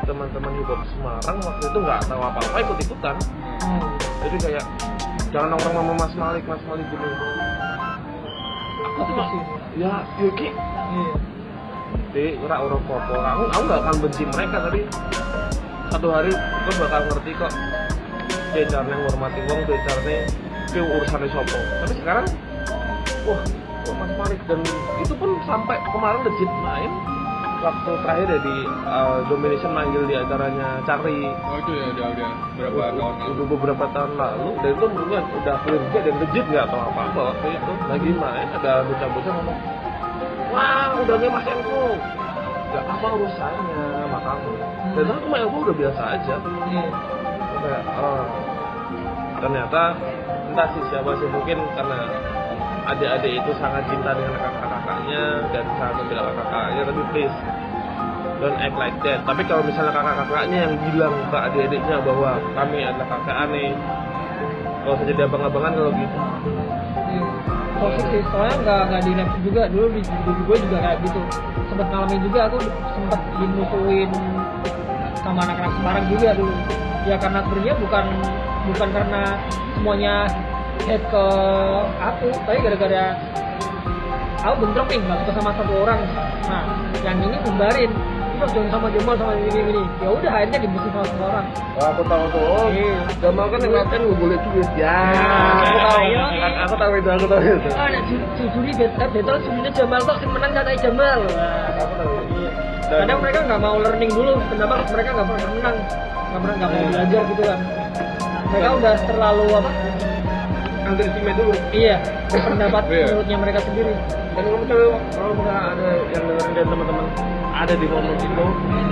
teman-teman hip hop Semarang waktu itu nggak tahu apa-apa ikut-ikutan. Jadi kayak jangan nongkrong sama Mas Malik gini. Aku tuh ya Yuki. Jadi orang foto. Aku nggak akan benci mereka, tapi satu hari aku bakal ngerti kok. Dia caranya menghormati wong, dia caranya itu urusannya sopo. Tapi sekarang, wah Mas Malik, dan itu pun sampai kemarin legit main. Waktu terakhir ya di Domination manggil di acaranya Cari. Oh itu ya udah berapa tahun lalu? Udah beberapa tahun lalu, dan itu menurut udah clear juga dan legit nggak tahu apa-apa waktu itu. Lagi main ada bocah-bocah ngomong, wah udah nih Mas Enko, nggak apa urusannya sama kamu. Dan aku sama Enko udah biasa aja. Kayak, ternyata entah sih siapa sih, mungkin karena adik-adik itu sangat cinta dengan kakak-kakaknya dan sangat membela kakak-kakaknya, tapi please don't act like that. Tapi kalau misalnya kakak-kakaknya yang bilang ke adik-adiknya bahwa kami adalah kakak aneh, kalau saja jadi abang-abangan kalau gitu. Toxic sih, soalnya nggak di rap juga. Dulu di gue juga kayak gitu, sempat ngalamin juga. Aku sempat dimusuhin sama anak-anak Semarang juga dulu. Ya karena sebenarnya bukan karena semuanya hate ke aku, tapi gara-gara aku bentrok nih, nggak suka sama satu orang. Nah, yang ini kembarin, terus jangan sama Jamal sama ini. Ya udah akhirnya dimusuhin sama semua orang. Oh, aku tahu tuh. Jamal kan yang ngatain nggak boleh duit ya. Aku tahu itu. Ah, ada juri battle sebenarnya Jamal tuh yang menang katai Jamal. Aku tahu. Kadang mereka nggak mau learning dulu, kenapa mereka nggak pernah menang, nggak mau belajar gitu kan. Mereka udah terlalu apa? Underestimate dulu. Iya, pendapat menurutnya mereka sendiri. Dan kalau misalnya ada yang dengerin dari teman-teman ada di momen itu,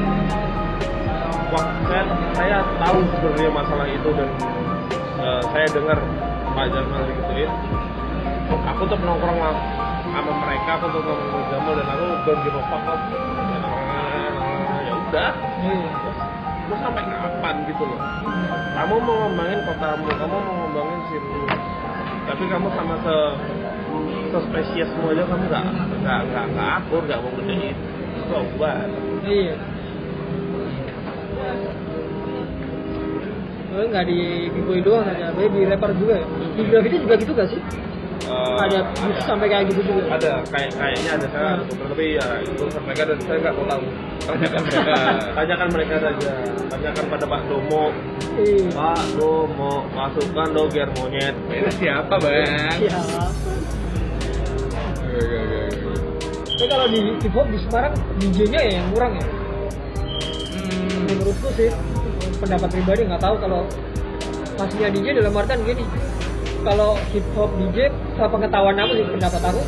wah saya tahu sebenarnya masalah itu, dan saya dengar Pak Jamal gituin. Aku tuh nongkrong sama mereka, aku tuh ngomong sama Jamal, dan aku don't give a fuck up. Ya udah. Terus sampai kapan gitu loh? Kamu mau ngembangin kotamu, kamu mau ngembangin sini, tapi kamu sama spesies semua aja kamu nggak akur, nggak mau gedein, itu obat. Iya. Nggak di b-boy doang aja, di rapper juga ya. Di graffiti juga gitu gak sih? Ada sampai kayak gitu juga. Ada, kayaknya ada, saya tapi ya itu mereka, dan saya nggak tahu. Tanyakan mereka saja, tanyakan pada Pak Domo. Pak Domo, masukkan dong biar monyet. Itu siapa bang? Siapa? Tapi kalau di hip hop di Semarang DJ-nya ya yang kurang ya. Menurutku sih, pendapat pribadi, nggak tahu kalau maksudnya DJ dalam artian gini. Kalau hip hop DJ, pengetahuan aku sih, pendapat aku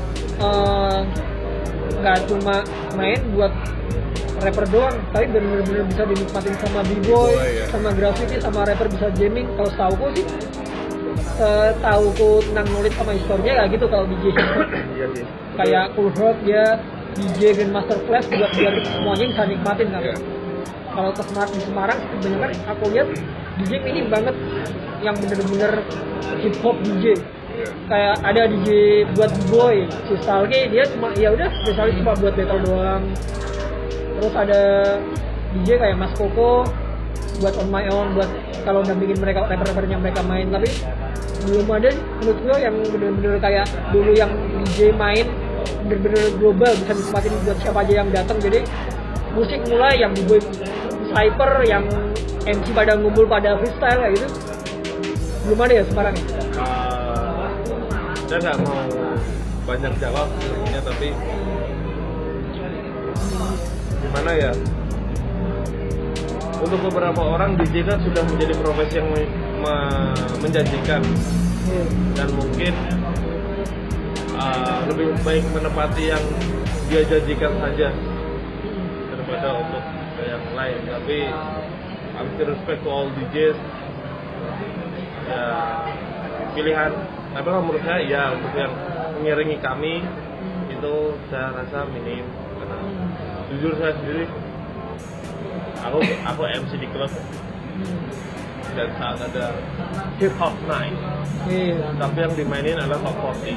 nggak cuma main buat rapper doang, tapi benar-benar bisa dinikmatin sama b-boy, sama graffiti, sama rapper bisa jamming. Kalau setahuku sih, setahuku tentang knowledge sama historinya kayak gitu kalau DJ. Iya sih. Kayak Cool Herc dia DJ Grandmaster Flash buat biar semuanya bisa nikmatin kan. Kalau ke di Semarang kebanyakan aku lihat DJ ini banget yang bener-bener hip hop DJ. Kayak ada DJ buat boy, si Stalke dia cuma ya udah spesialis cuma buat battle doang. Terus ada DJ kayak Mas Koko buat on my own, buat kalau dampingin mereka rapper-rappernya mereka main. Tapi belum ada menurut gue yang bener-bener kayak dulu yang DJ main bener-bener global, bisa nikmatin buat siapa aja yang datang. Jadi musik mulai yang b-boy sniper, yang MC pada ngumpul pada freestyle kayak gitu, belum ada ya Semarang ya? Saya nggak mau banyak jawab sebenarnya, tapi gimana ya, untuk beberapa orang DJ kan sudah menjadi profesi yang menjanjikan, dan mungkin lebih baik menepati yang dia janjikan saja daripada untuk yang lain. Tapi I'm still respect to all DJs, ya pilihan. Tapi kalau menurut saya ya untuk yang mengiringi kami itu saya rasa minim, karena jujur saya sendiri aku MC di klub, dan saat ada hip hop night, tapi yang dimainin adalah top 40.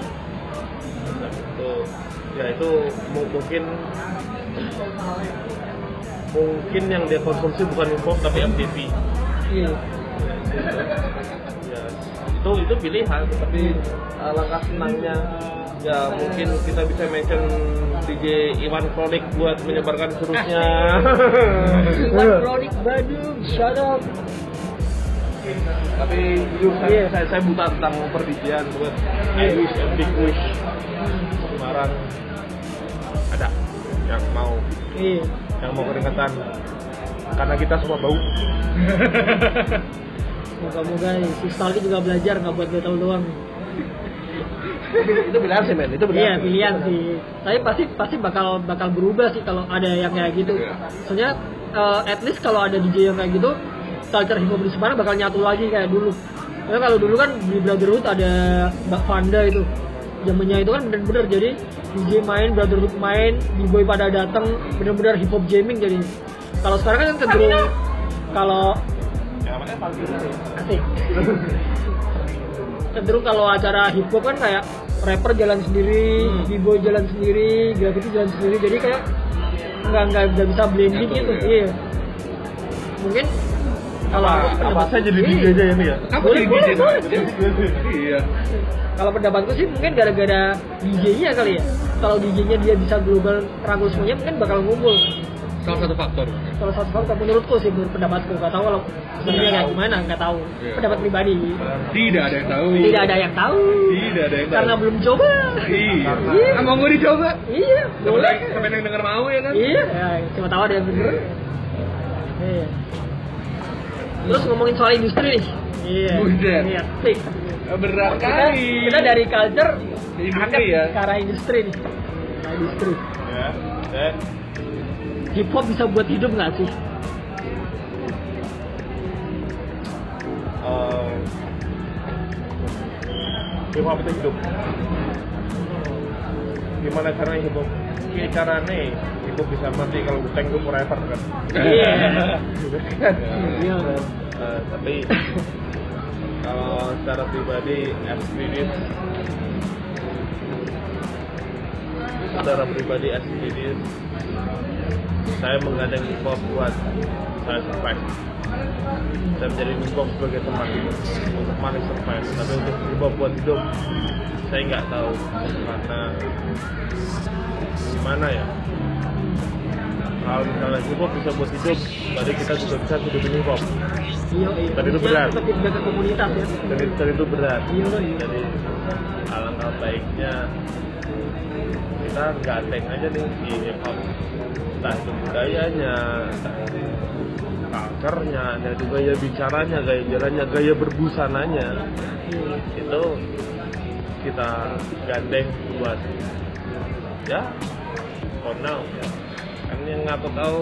Dan itu ya itu mungkin yang dia konsumsi bukan hip hop tapi MTV. Iya. Ya, itu pilihan, tapi alangkah senangnya ya mungkin kita bisa mention DJ Iwan Kronik buat menyebarkan virusnya. Iwan Kronik Badung, shut up. Tapi jujur saya buta tentang perdijian buat I wish and big wish. Semarang ada yang mau keringetan karena kita semua bau. Moga-moga si Stalky juga belajar, nggak buat battle doang. Itu pilihan sih men, itu pilihan. Iya pilihan sih. Tapi pasti bakal berubah sih kalau ada yang kayak gitu. Soalnya at least kalau ada DJ yang kayak gitu, culture hip hop di Semarang bakal nyatu lagi kayak dulu. Karena kalau dulu kan di Brotherhood ada Mbak Vanda itu, zamannya itu kan bener-bener jadi DJ main, Brotherhood main, B-boy pada datang, bener-bener hip hop jamming jadi. Kalau sekarang kan cenderung kalau asik. Cenderung kalau acara hip hop kan kayak rapper jalan sendiri, b-boy jalan sendiri, graffiti jalan sendiri, jadi kayak nggak bisa blending gitu. Iya. Mungkin kalau apa saya jadi DJ aja ini ya? Kamu jadi DJ? Iya. Kalau pendapatku sih mungkin gara-gara DJ-nya kali ya. Kalau DJ-nya dia bisa global rangkul semuanya, mungkin bakal ngumpul. Salah satu faktor. Salah satu faktor menurutku sih, menurut pendapatku. Nggak tahu kalau sebenarnya kayak gimana, nggak tahu. Pendapat pribadi. Tidak ada yang tahu. Tidak ada yang tahu. Tidak ada yang tahu. Karena belum coba. Iya. Mau gue dicoba? Iya. Boleh. Sampai yang denger mau ya kan? Iya. Ya, cuma tahu ada yang bener. Iya. Terus ngomongin soal industri nih. Iya. Udah. Iya. Sik. Berat kali. Kita dari culture industri ya. Ke arah industri nih. Nah, industri. Ya. Hip hop bisa buat hidup nggak sih? Hip hop itu hidup. Gimana caranya hip hop? Gimana caranya hip hop bisa mati kalau Wu-Tang itu forever kan? Iya. Iya. Tapi kalau secara pribadi saya menggandeng hip hop buat saya survive. Saya menjadi hip hop sebagai teman untuk Malik survive. Tapi untuk hip hop buat hidup, saya nggak tahu karena gimana ya. Kalau misalnya hip hop bisa buat hidup, berarti kita juga bisa hidupin hip hop. Iya. Dan itu berat. Tetap jaga komunitas ya. Dan itu berat. Iya. Jadi alangkah baiknya kita gandeng aja nih si hip hop, entah itu budayanya, entah itu culture-nya, dan juga gaya bicaranya, gaya jalannya, gaya berbusananya, itu kita gandeng buat ya for now ya. Kan yang aku tahu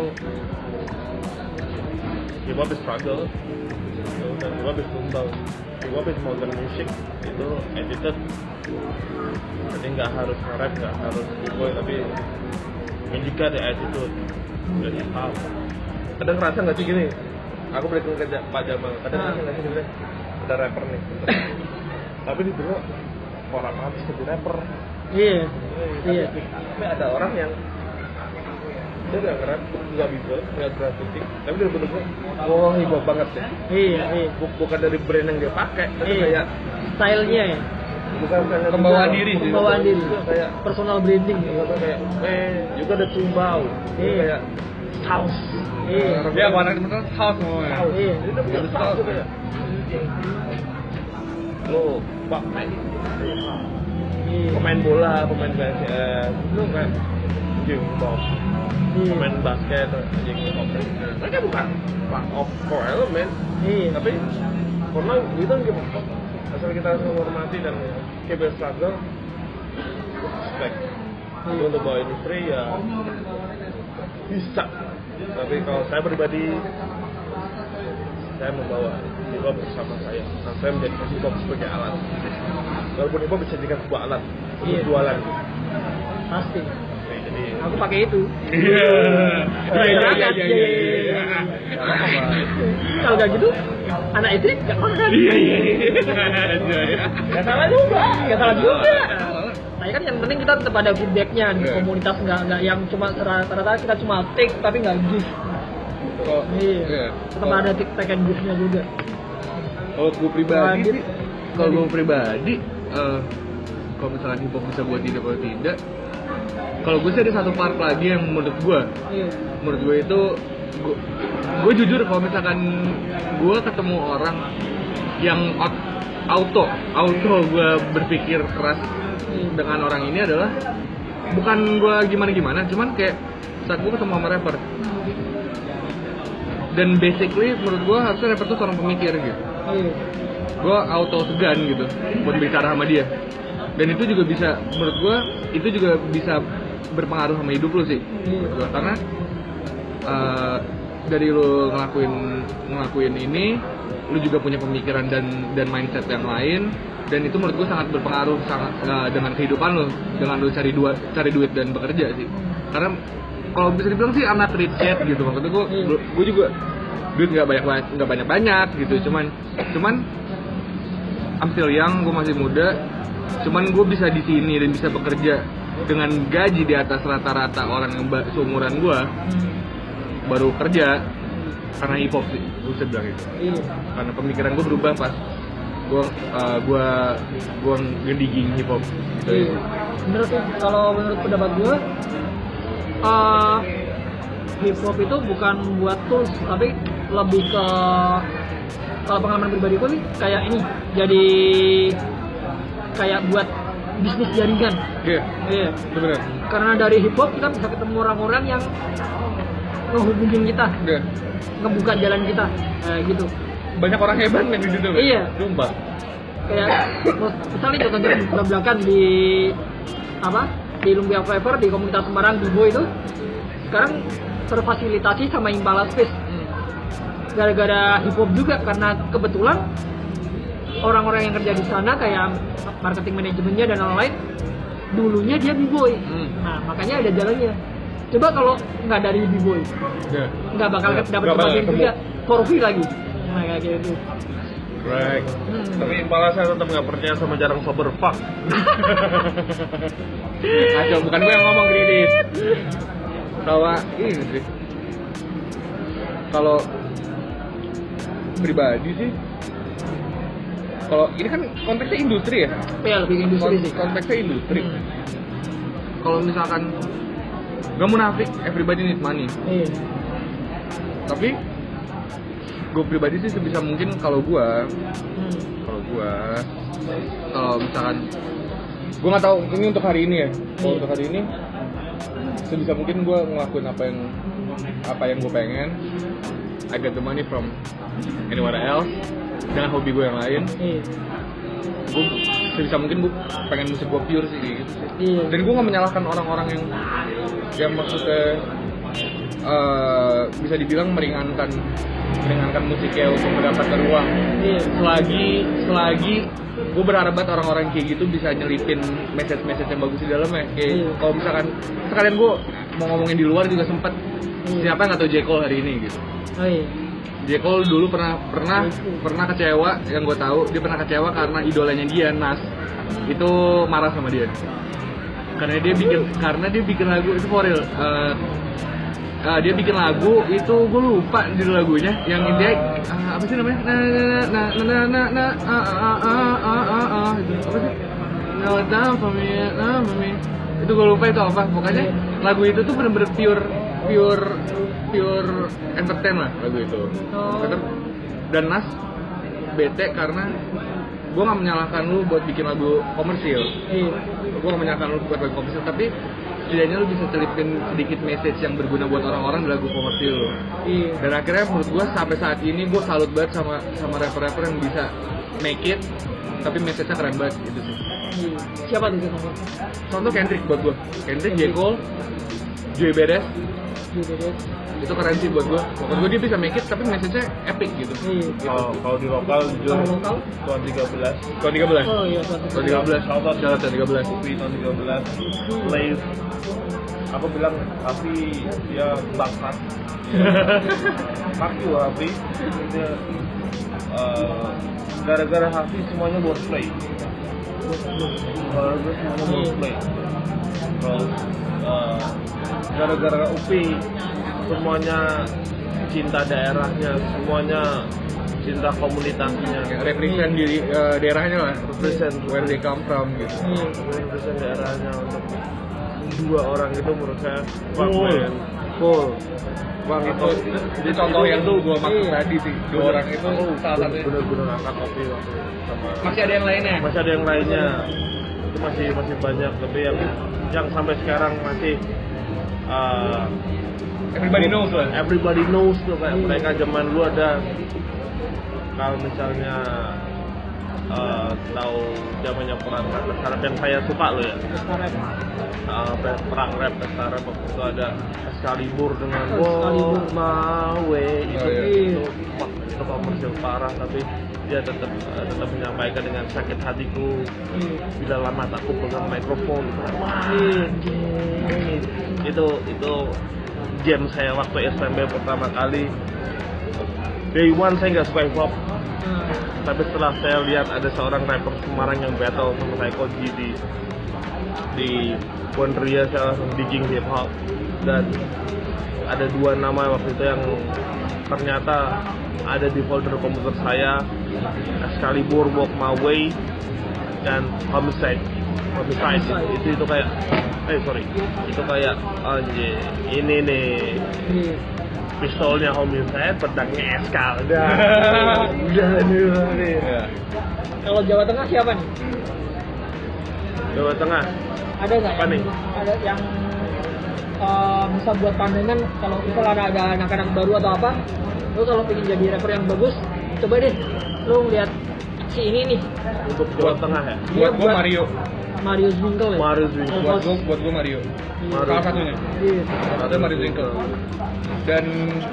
hip hop is struggle dan hip hop is tumbal, hip hop is modern music, itu edited. Jadi nggak harus nge-rap, nggak harus b-boy, tapi juga ada attitude, jadi hip-hop. Kadang ngerasa nggak sih gini, aku balik ke Pak Jamal, kadang ngerasa nggak sih gini, ada rapper nih, tapi di dulu orang habis jadi rapper. Iya. Iya. Tapi ada orang yang dia nggak nge-rap, nggak b-boy, nggak graffiti, tapi dia bener-bener, wah hip-hop banget deh. Iya. Bukan dari brand yang dia pakai, tapi kayak stylenya ya. Bukan pembawaan diri sih. Pembawaan diri. Kayak personal branding. Kayak juga ada tumbau. Kayak house. Ya warna itu house semua. Iya. Itu bukan house kayak. Lo Pak pemain bola, pemain basket, lo kan jingkok. Pemain basket, jingkok. Mereka bukan part of core element. Tapi karena kita jingkok. Asal kita harus menghormati dan keep a struggle, respect. Untuk bawa industri ya bisa. Tapi kalau saya pribadi, saya membawa hip hop bersama saya. Nah, saya menjadikan hip hop sebagai alat. Walaupun hip hop bisa dijadikan sebuah alat untuk jualan. Pasti. Jadi aku pakai itu. Iya. Kalau nggak gitu, anak itu nggak makan. Iya. Nggak salah juga. Nggak salah juga. Saya kan yang penting kita tetap ada feedbacknya di komunitas, nggak yang cuma rata-rata kita cuma take tapi nggak give. Iya. Tetap ada tag and juice-nya juga. Kalau gue pribadi sih, kalau misalkan hip hop bisa buat tidak atau tidak, kalau gue sih ada satu part lagi yang menurut gue itu gue jujur kalau misalkan gue ketemu orang yang auto gue berpikir keras dengan orang ini adalah bukan gue gimana, cuman kayak saat gue ketemu sama rapper dan basically menurut gue harusnya rapper tuh seorang pemikir gitu. Gue auto segan gitu buat bicara sama dia, dan itu juga bisa menurut gue itu juga bisa berpengaruh sama hidup lu sih. Karena dari lu ngelakuin ini, lu juga punya pemikiran dan mindset yang lain, dan itu menurut gue sangat berpengaruh dengan kehidupan lu, dengan lu cari duit dan bekerja sih. Karena kalau bisa dibilang sih anak rich yet gitu, maksudnya gue juga duit nggak banyak gitu, cuman I'm still young, gue masih muda, cuman gue bisa di sini dan bisa bekerja dengan gaji di atas rata-rata orang yang seumuran gue baru kerja karena hip hop sih, gue bisa bilang itu. Karena pemikiran gue berubah pas gue ngedigging hip hop gitu. Kalau menurut pendapat gue, hip hop itu bukan buat tools, tapi lebih ke, kalau pengalaman pribadi gue nih kayak ini, jadi kayak buat bisnis jaringan. Iya. Benar. Karena dari hip hop kita bisa ketemu orang-orang yang ngehubungin kita, ngebuka jalan kita, gitu. Banyak orang hebat kan di situ. Iya. Sumpah. Kayak misalnya contohnya di belakang di Lumbia Flavor, di komunitas Semarang Bibo itu sekarang terfasilitasi sama Impala Space gara-gara hip hop juga, karena kebetulan orang-orang yang kerja di sana kayak marketing manajemennya dan lain-lain dulunya dia B-boy. Nah makanya ada jalannya. Coba kalau nggak dari B-boy nggak bakal dapat bagian juga Corvi lagi. Nah kayak gitu. Right. Tapi Impala saya tetap nggak percaya sama jarang sober fuck. Ngaco, bukan gue yang ngomong kredit. Kalau pribadi sih, kalau ini kan konteksnya industri ya? Iya, lebih industri sih. Konteksnya industri. Kalau misalkan gak munafik, everybody need money. Iya. Tapi gue pribadi sih sebisa mungkin kalau misalkan gue nggak tahu ini untuk hari ini ya. Kalau untuk hari ini sebisa mungkin gue ngelakuin apa yang gue pengen. I get the money from anyone else dengan hobi gue yang lain. Gue sebisa mungkin gue pengen musik gue pure sih kayak gitu sih. Dan gue nggak menyalahkan orang-orang yang maksudnya bisa dibilang meringankan musiknya untuk mendapatkan uang. Selagi gue berharap banget orang-orang kayak gitu bisa nyelipin message yang bagus di dalamnya. Kayak kalau misalkan sekalian gue mau ngomongin di luar juga sempet siapa yang nggak tahu J. Cole hari ini gitu. J. Cole dulu pernah kecewa, yang gue tahu dia pernah kecewa karena idolanya dia Nas itu marah sama dia karena dia bikin lagu itu for real. Dia bikin lagu itu gue lupa judul lagunya yang intinya apa sih namanya itu apa sih no time for me itu gue lupa itu apa, pokoknya lagu itu tuh bener-bener pure entertain lah lagu itu. Dan Nas bete karena gue nggak menyalahkan lu buat bikin lagu komersil. Gue nggak menyalahkan lu buat lagu komersil, tapi setidaknya lu bisa selipin sedikit message yang berguna buat orang-orang di lagu komersil lo. Dan akhirnya menurut gue sampai saat ini gue salut banget sama rapper-rapper yang bisa make it tapi message-nya keren banget gitu sih. Siapa tuh contoh Kendrick buat gue, J. Cole, Joey Badass. Itu keren sih buat gue. Menurut gue dia bisa make it tapi message-nya epic gitu. Kalau di lokal jujur tahun 13. Oh iya, tahun 13. Tahun 13. Tahun 13. Live. Aku bilang Hafi dia bangsat. Fuck you Hafi. Dia gara-gara Hafi semuanya wordplay. Terus gara-gara Upi semuanya cinta daerahnya, semuanya cinta komunitasnya, represent di daerahnya lah, represent where they come from gitu. represent daerahnya. Untuk dua orang itu menurut saya Full. Bang, itu contoh yang gue maksud tadi sih. Dua orang itu salah satunya. Bener-bener angkat kopi waktu sama. Masih ada yang lainnya? Masih ada yang lainnya. Itu masih banyak, tapi yang sampai sekarang masih everybody knows lah. Everybody knows tuh, kayak mereka zaman dulu ada, kalau misalnya tahu zamannya perang rap yang saya suka loh ya. Perang rap pesta rap waktu itu ada Excalibur dengan Walk My Way itu komersil parah, tapi dia tetap menyampaikan dengan sakit hatiku bila lama aku pegang mikrofon. Itu jam saya waktu SMP pertama kali. Day one saya nggak suka hip hop, tapi setelah saya lihat ada seorang rapper Semarang yang battle sama saya Koji di Wonderia, saya langsung digging hip hop. Dan ada dua nama waktu itu yang ternyata ada di folder komputer saya, Excalibur, Walk My Way, dan Homicide. Itu kayak itu kayak anjir, ini nih pistolnya Homicide, pedangnya Eskal. Udah nih. Kalau Jawa Tengah siapa nih? Jawa Tengah Ada nggak? Apa nih? Ada yang bisa buat pandangan kalau misalnya ada anak-anak baru atau apa, lu kalau pengen jadi rapper yang bagus, coba deh lu lihat si ini nih. Untuk Jawa Tengah ya? Dia Buat gue Mario Zwinkel ya. Buat gue Mario. Salah satunya. Iya. Satu Mario Zwinkel. Dan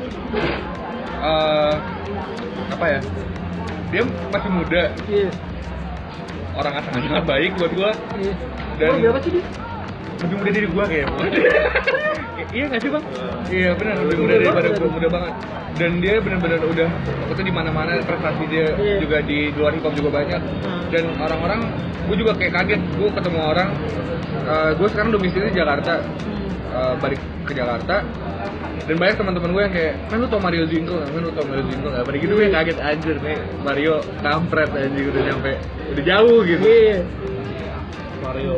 apa ya? Dia masih muda. Iya. Orang asal baik buat gue. Iya. Dan berapa sih dia? lebih muda dari gue kayak. Iya nggak sih bang? Iya benar, lebih muda daripada gue, muda banget. Dan dia benar-benar udah waktu itu di mana-mana, prestasi dia juga di luar hip hop juga banyak. Dan orang-orang, gue juga kayak kaget, gue ketemu orang. Gue sekarang domisili di Jakarta, balik ke Jakarta. Dan banyak teman-teman gue yang kayak, lu tau Mario Zwinkel nggak? Pada gitu gue kaget, anjir nih Mario kampret anjir, udah nyampe, udah jauh gitu. Mario.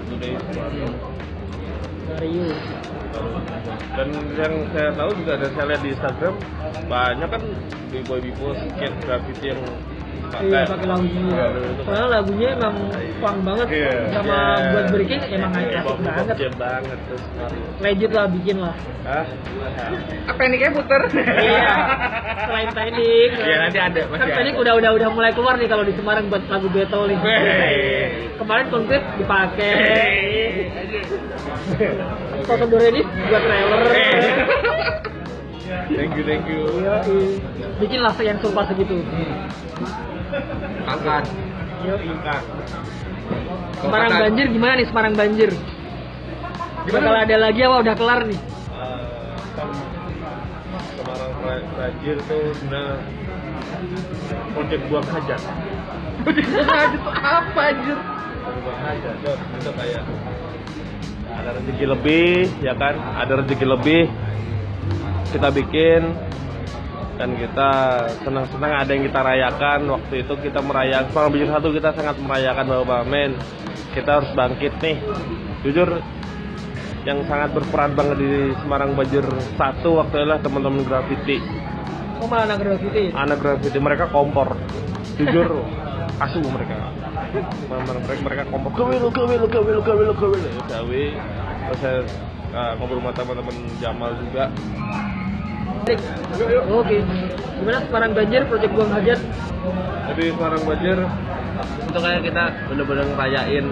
Dan yang saya tahu juga ada, saya lihat di Instagram banyak kan b-boy skate graffiti yang pakai lagunya. Soalnya lagunya emang fun banget, sama buat breaking emang asik banget. Jam banget terus Mario. Legit lah bikin lah. Apa ini kayak puter? Iya. Selain teknik. Iya nanti ada. Kan teknik udah mulai keluar nih kalau di Semarang buat lagu battle nih. Kemarin konkret dipakai. Foto Doredis buat trailer. Thank you. Bikin lah yang serupa segitu. Angkat. Semarang banjir gimana nih Semarang banjir? Bakal ada lagi apa udah kelar nih? Semarang banjir tuh sebenarnya project buang hajat. Apa anjir? Buang hajat, itu kayak ada rezeki lebih, ya kan? Ada rezeki lebih, kita bikin. Dan kita senang-senang ada yang kita rayakan. Waktu itu kita merayakan Semarang Banjir 1, kita sangat merayakan bahwa men, kita harus bangkit nih. Jujur yang sangat berperan banget di Semarang Banjir 1 waktu itu adalah teman-teman graffiti. Oh malah anak graffiti? Anak graffiti, mereka kompor. Jujur asuh mereka. Mereka kompor. Gawe. Terus saya ngobrol sama teman-teman Jamal juga. Oke. Gimana Semarang Banjir, project buang hajat? Jadi Semarang Banjir itu kayak kita bener-bener ngerayain.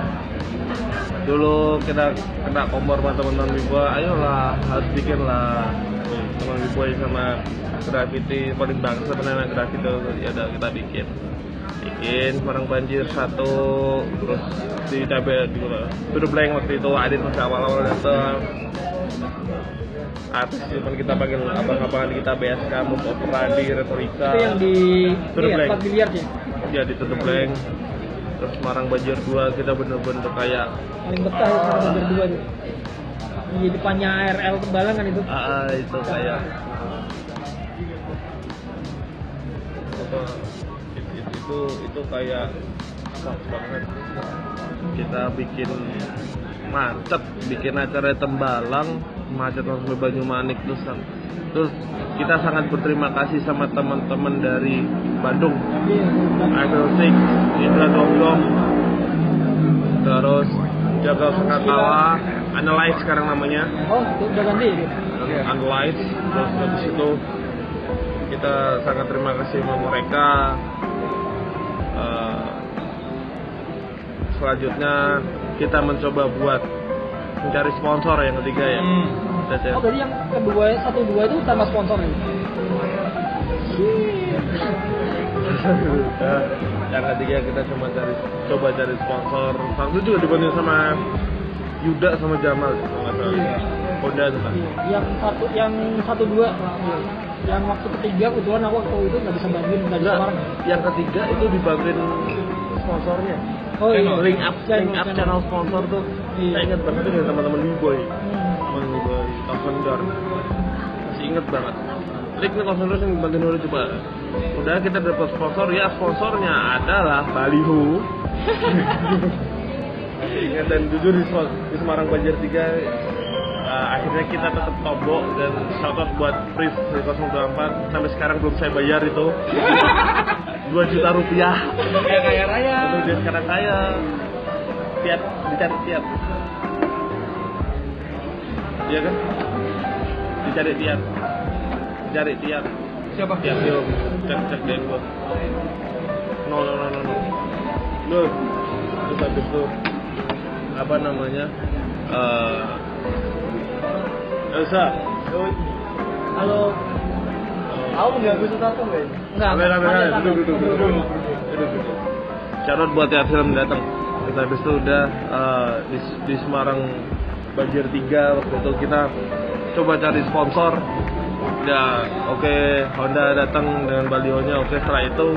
Dulu kita kena kompor sama teman-teman B-boy, ayolah harus bikin lah. Teman B-boy sama graffiti paling bangsa sebenarnya graffiti, ya udah kita bikin Semarang Banjir 1, terus di cabe di Tuduh Blank waktu itu Adit masih awal-awal datang. Artis cuman kita panggil abang-abangan kita BSK, Move Operandi, Retorika. Itu yang di Tuduh Blank. 4 miliar ya? Ya di Tuduh Blank. Terus Semarang Banjir 2 kita bener-bener kayak paling betah ya Semarang Banjir 2 tuh. Di depannya RL Tembalang kan itu. itu kayak itu kayak wah banget. Kita bikin macet, bikin acara Tembalang, macet langsung ke Banyumanik terus kita sangat berterima kasih sama teman-teman dari Bandung, Idol Six, Indra Dongdong, terus Jagal Sekatawa, Analyze sekarang namanya. Oh, udah ganti gitu. Analyze, terus habis itu kita sangat terima kasih sama mereka. Selanjutnya kita mencoba buat mencari sponsor yang ketiga ya. Oh, jadi yang kedua, 1-2 itu tanpa sponsor ya? Yang ketiga kita coba cari sponsor. Waktu itu juga dibantu sama Yuda sama Jamal kalau nggak salah. Honda itu kan. Yang 1-2, yang waktu ketiga kebetulan aku waktu itu nggak bisa bantuin, nggak bisa bareng. Yang ketiga itu dibantuin sponsornya. Oh iya. Link up channel sponsor tuh. Saya ingat banget dengan teman-teman B-Boy. B-Boy, Lavender. Masih inget banget. Link nih sponsor yang bantuin dulu coba. Udah kita dapat sponsor, ya sponsornya adalah Baliho. Ingat dan jujur di Semarang Banjir 3 akhirnya kita tetap tombol dan shout out buat Pris 024 sampai sekarang belum saya bayar itu 2 juta rupiah. Ya kaya raya. Untuk dia sekarang kaya. Dicari tiap. Iya kan? Dicari tiap. Siapa? Tiap film. Cek deh gua. No. Loh. Terus habis itu apa namanya? Elsa. Halo. Aku nggak bisa tahu nggak? Enggak. Duduk. Syarat buat tiap film datang. Kita habis itu udah di Semarang Banjir 3 waktu itu kita coba cari sponsor. Ya oke, Honda datang dengan balionya. Oke, setelah itu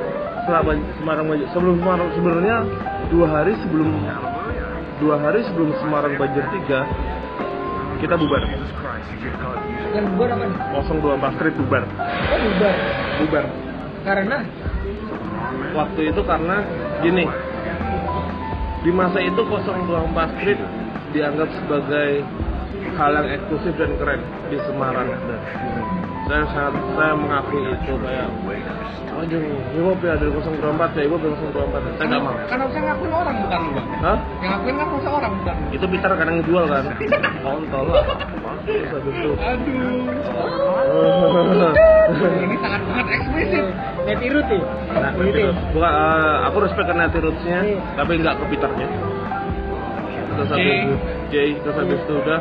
sebenarnya 2 hari sebelum Semarang Banjir 3 kita bubar. Yang bubar apa nih? 024 Street bubar. Oh, bubar. Karena waktu itu karena gini, di masa itu 024 Street dianggap sebagai hal yang eksklusif dan keren di Semarang. Dan saya mengakui itu kayak aduh, hip-hop ya dari 024 ya, hip-hop dari 024. Saya nggak mau. Karena usah ngakuin orang bukan lu, Bang. Hah? Yang ngakuin kan usah orang bukan. Itu Peter kadang jual kan. Kontol lah. Terus habis itu. Aduh. Ini sangat eksplisit. Netirut ya? Nah, bukan, aku respect ke Natty Roots-nya, tapi nggak ke Peternya. Terus habis itu udah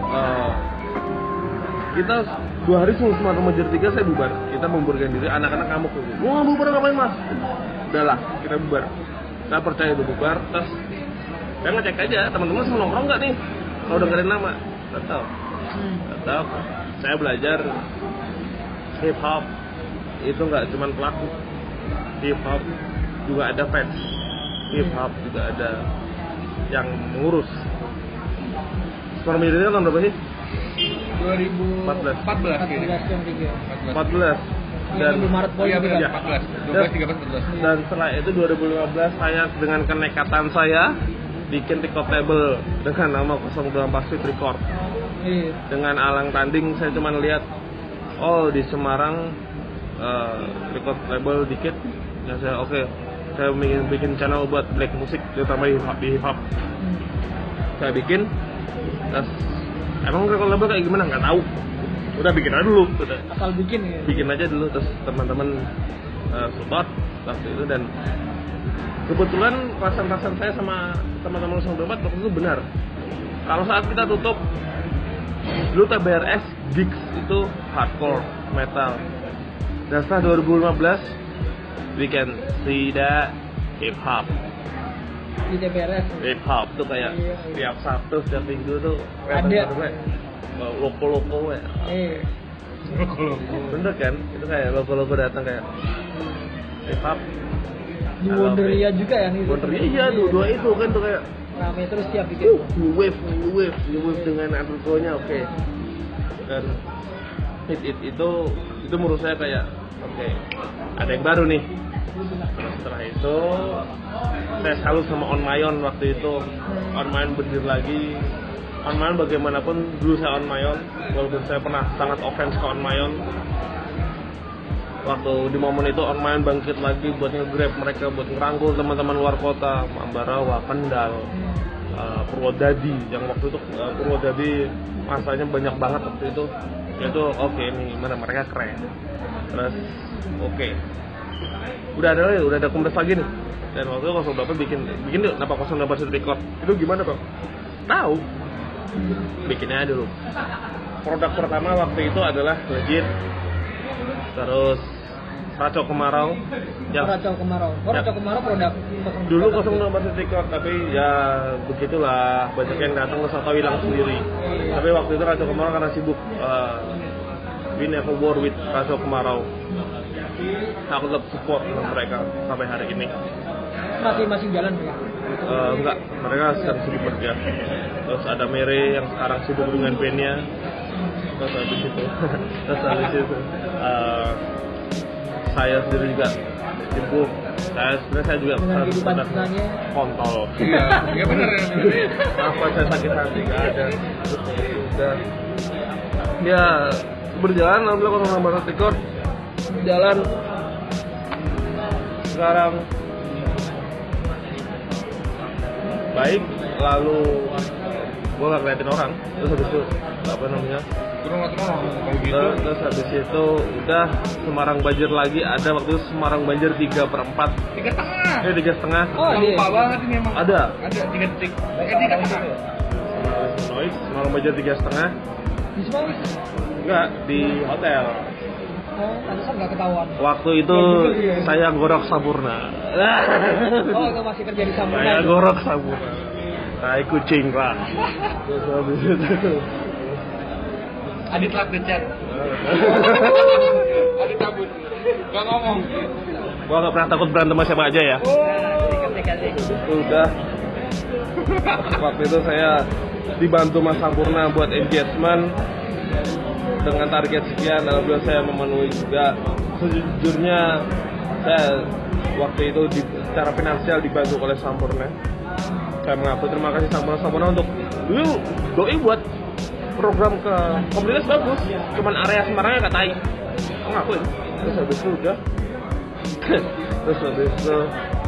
kita 2 hari sebelum Semarang Banjir 3 saya bubar. Kita membubarkan diri, anak-anak ngamuk. Wah, bubar ngapain mas? Udahlah, kita bubar. Saya percaya itu bubar. Terus saya ngecek aja teman-teman semua nongkrong nggak nih? Kalau dengerin nama, tetap. Saya belajar hip hop itu nggak cuma pelaku. Hip hop juga ada fans. Hip hop juga ada yang mengurus. Semarang Banjir 3 tahun berapa sih? 2014 kayaknya. 14 dan di Maret Oh iya benar, Ya. 14. 12, 13, 14. Dan setelah itu 2015 saya dengan kenekatan saya bikin record label dengan nama 024 Street Record. Iya. Dengan alang tanding saya cuma lihat di Semarang record label dikit. Ya saya saya bikin channel buat black musik terutama di hip hop. Saya bikin terus emang record label kayak gimana nggak tahu. Udah bikin aja dulu. Asal bikin ya. Bikin aja dulu terus teman-teman support waktu itu dan kebetulan perasaan saya sama teman-teman 024 waktu itu benar. Kalau saat kita tutup dulu TBRS gigs itu hardcore metal. Dan setelah 2015 we can see that hip hop. Di TPRS. Hip hop tuh kayak tiap Sabtu setiap Minggu tuh Ada. Loko-loko ya. Bener kan? Itu kayak logo-logo datang kayak hip hop. Di Wonderia juga yang itu. Wonderia iya, dua itu kan tuh kayak rame terus tiap bikin. new wave dengan undergo-nya oke. Dan itu menurut saya kayak Oke, ada yang baru nih. Terus setelah itu saya salut sama On My Own waktu itu. On My Own berdiri lagi. On My Own bagaimanapun dulu saya On My Own, walaupun saya pernah sangat offense ke On My Own. Waktu di momen itu On My Own bangkit lagi buat nge-grab mereka, buat ngerangkul teman-teman luar kota, Ambarawa, Kendal, Purwodadi. Yang waktu itu Purwodadi masanya banyak banget waktu itu. Itu oke nih, mereka keren. Terus oke. Udah ada kumpul lagi nih. Dan waktu itu 08 bikin yuk, kenapa 08 record? Itu gimana bang? Tahu? Bikinnya dulu. Produk pertama waktu itu adalah Legit. Terus Raco Kemarau. Raco Kemarau. Raco Kemarau produk dulu 08 record, tapi ya begitulah, banyak yang datang ke soto hilang sendiri. Tapi waktu itu Raco Kemarau karena sibuk. We never war with Raco Kemarau. Aku tetap support dengan mereka sampai hari ini. Masih jalan ya? Enggak, mereka sedang sibuk kerja. Terus ada Mere yang sekarang sibuk dengan bandnya. Terus habis itu saya sendiri juga sibuk. Saya juga kontol. Iya benar. Apa saya sakit hati nggak ada. Terus udah ya berjalan, alhamdulillah 08 record jalan. Sekarang baik, lalu gue gak ngeliatin orang. Terus habis itu apa namanya, terus habis itu udah Semarang Banjir lagi. Ada waktu itu Semarang Banjir 3/4 3,5. Oh lupa banget ini emang. Ada 3 detik. 3,5. Semarang Banjir 3,5. Di Semanggi? Enggak, di hotel. Oh, pantesan nggak ketahuan. Waktu itu saya gorok Sampurna. Oh, itu masih kerja di Sampurna. Saya gorok Sampurna. Tai kucing lah. Terus habis itu Adit lak di chat. Adit cabut. Gak ngomong. Gua gak pernah takut berantem sama siapa aja ya. Udah. Waktu itu saya dibantu Mas Sampurna buat engagement dengan target sekian. Alhamdulillah saya memenuhi juga. Sejujurnya saya waktu itu secara finansial dibantu oleh Sampurna. Saya mengaku terima kasih Sampurna untuk dulu doi buat program ke komunitas bagus, cuman area Semarangnya gak tai. Ngakuin. Terus habis itu udah. Terus habis itu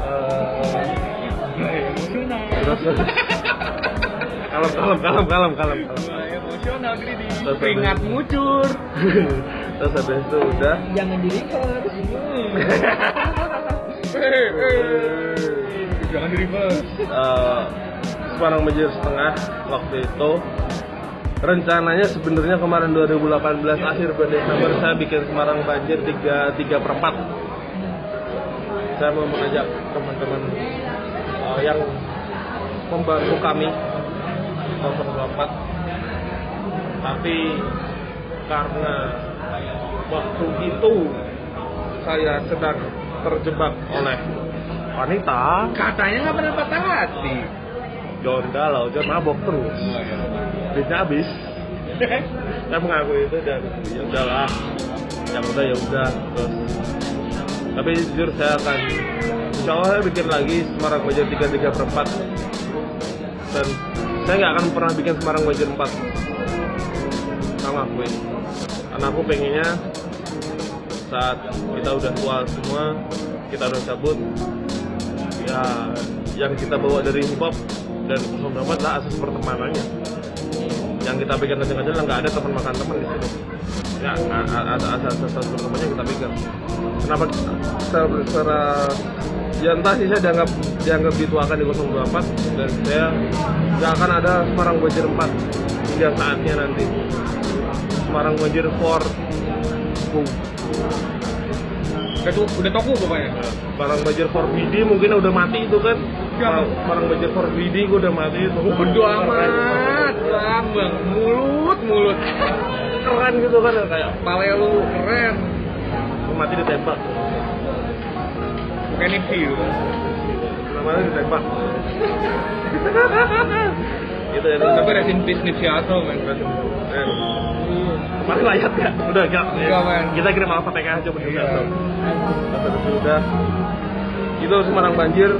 kalem. Emosional Gridi. Keringat ngucur. Terus habis itu udah. Jangan di reverse. Jangan di reverse. Semarang Banjir setengah waktu itu. Rencananya sebenarnya kemarin 2018 akhir bulan Desember saya bikin Semarang Banjir 3/4. Saya mau mengajak teman-teman yang membantu kami 024. Tapi karena waktu itu saya sedang terjebak oleh wanita. Katanya nggak pernah patah hati. John galau, John mabok terus. Duitnya habis. Saya mengakui itu dan ya udahlah. Yang udah ya udah terus. Tapi jujur saya akan insya Allah saya bikin lagi Semarang Banjir 3/4. Dan saya nggak akan pernah bikin Semarang Banjir 4. Saya ngakuin. Karena aku pengennya saat kita udah tua semua, kita udah cabut, ya yang kita bawa dari hip hop dan 08 lah asas pertemanannya. Yang kita bikin kenceng-kenceng nggak ada teman makan teman di sini. Ya ada asas pertemanannya kita bikin. Kenapa secara ya entah sih saya dianggap dituakan di 024 dan saya nggak akan ada Semarang Banjir 4 hingga saatnya nanti. Semarang Banjir 4 Udah toku pokoknya. Semarang Banjir 4 BD mungkin udah mati itu kan. Semarang Banjir 4 BD gue udah mati itu. Bodo amat, lambang mulut. Keren gitu kan kayak Pale lu keren. Lu mati ditembak. Bukan view. Namanya ditembak. Gitu ya. Tapi resin peace Nipsiato kan. Mari layat ya. Udah enggak. Man. Kita kirim Alfa TK aja berdua tuh. Udah. Itu Semarang banjir.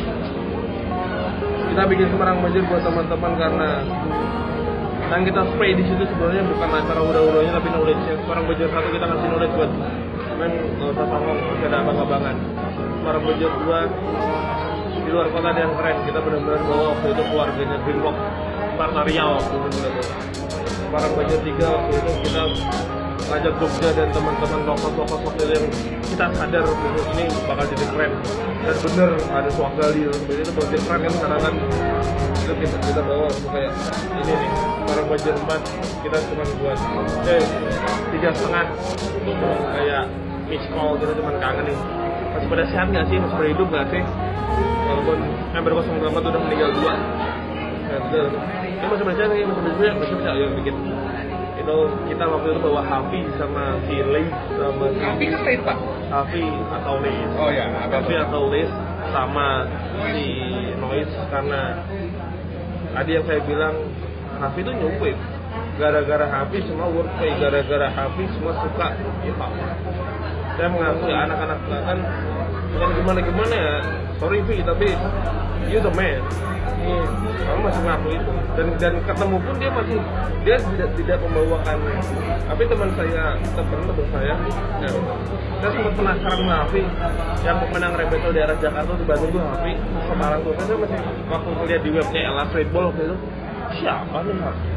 Kita bikin Semarang banjir buat teman-teman karena yang kita spray di situ sebenarnya bukan acara udah-udahnya tapi knowledge-nya. Semarang banjir 1 kita ngasih knowledge buat men nggak usah songong, masih ada abang-abangan. Semarang banjir 2 di luar kota ada yang keren. Kita benar-benar bawa waktu itu keluarganya Green Rock Karena Riau waktu itu gitu. Semarang banjir 3 waktu itu kita ngajak Jogja dan teman-teman lokal-lokal waktu itu yang kita sadar gitu, ini bakal jadi keren dan bener ada Swagali jadi itu bakal jadi keren kan karena kan itu kita bawa untuk kayak ini nih Semarang banjir 4 kita cuma buat 3,5 untuk kayak miss call gitu cuman kangen nih masih pada sehat nggak sih masih pada hidup nggak sih walaupun member 08 udah meninggal 2 ya betul ini masih pada sehat nih masih bisa ayo bikin itu kita waktu itu bawa Hafi sama si Liz sama si Hafi kan Liz pak? Hafi atau Liz oh ya Hafi atau Liz sama si Noise karena tadi yang saya bilang Hafi itu nyumpit gara-gara Hafi semua wordplay gara-gara Hafi semua suka hip hop saya mengakui anak-anak kan bukan gimana-gimana ya sorry Vi tapi you the man kamu masih ngaku itu dan ketemu pun dia tidak membawakan tapi teman saya ya, saya sempat penasaran sama Hafi yang menang Rebetto di daerah Jakarta di Bandung tuh Hafi Semarang tuh saya masih waktu lihat di webnya Ella Streetball waktu itu siapa nih Hafi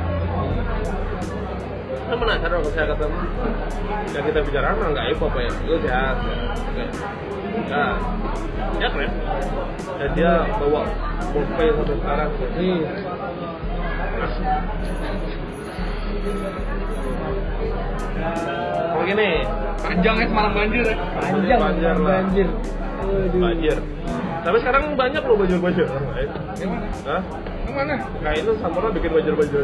saya penasaran waktu saya ketemu yang kita bicara nggak hip hop ya itu sehat ya keren dan dia bawa Coldplay sampai sekarang kalau gini panjang ya Semarang banjir ya panjang banjir banjir tapi sekarang banyak loh banjir emang? Hah? Yang mana? Nah itu Sampurna bikin banjir juga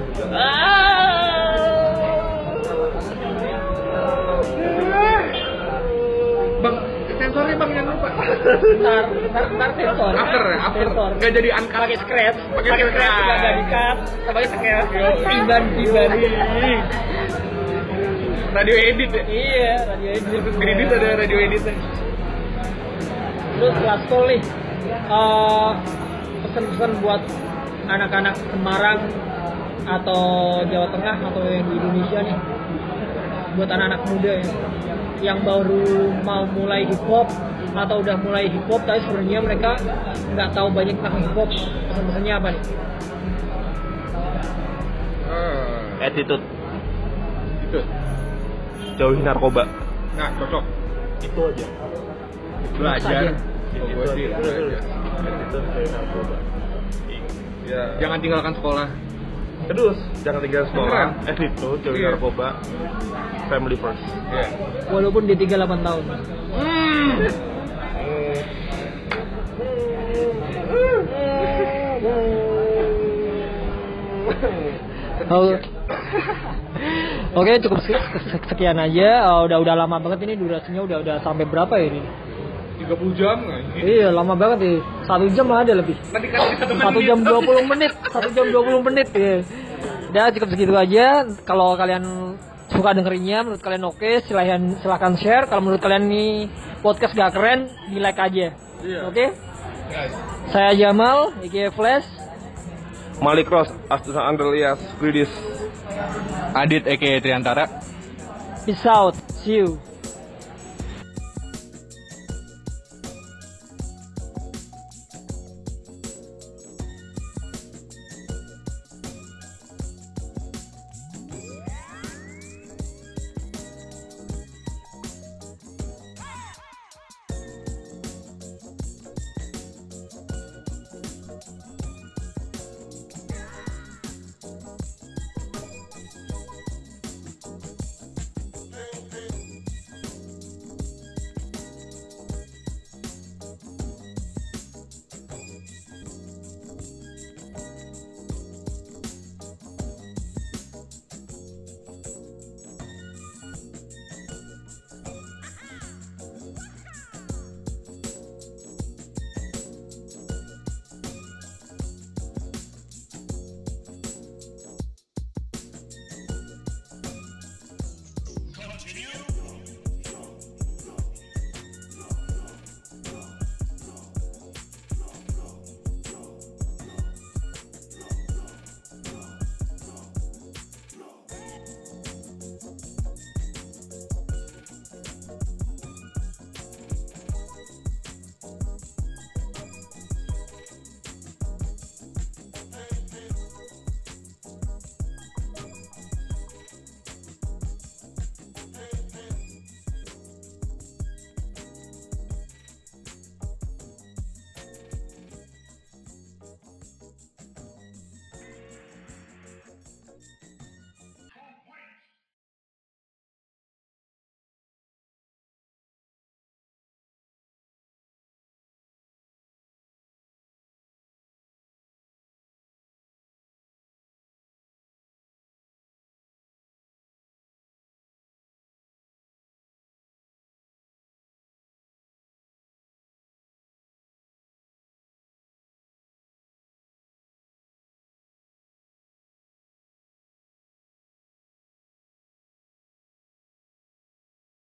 Bang, sensornya bang yang lupa. Ntar sensor. After. Gak jadi uncut. Pakai scratch. Pakai scratch. Gak di-cut. Pakai scratch. Tiban. Radio edit ya? Iya, radio edit. Kredit ada radio edit. Terus last call nih. Pesan-pesan buat anak-anak Semarang atau Jawa Tengah atau yang di Indonesia nih. Buat anak-anak muda ya. Yang baru mau mulai hip hop atau udah mulai hip hop tapi sebenarnya mereka nggak tahu banyak tentang hip hop, pesan-pesannya apa nih? Attitude itu jauhi narkoba. Nah cocok Itu aja belajar. Itu aja attitude jauhi narkoba ya. Jangan tinggalkan sekolah. Terus jangan tinggal sekolah, attitude jauhi narkoba, family first. Yeah. Walaupun dia 38 tahun. Oke, cukup sekian aja. Udah lama banget ini durasinya udah sampai berapa ya ini? 30 jam nggak? Iya, lama banget nih. 1 jam ada lebih. Nanti kan 1 jam 20 menit. 1 jam 20 menit ya. Udah cukup segitu aja. Kalau kalian suka dengerinnya, menurut kalian oke, silahkan share. Kalau menurut kalian nih podcast gak keren, di like aja. Oke? Saya Jamal, aka Flash. Malik Ross, Astra Andreas, Gridis, Adit aka Triantara. Peace out. See you.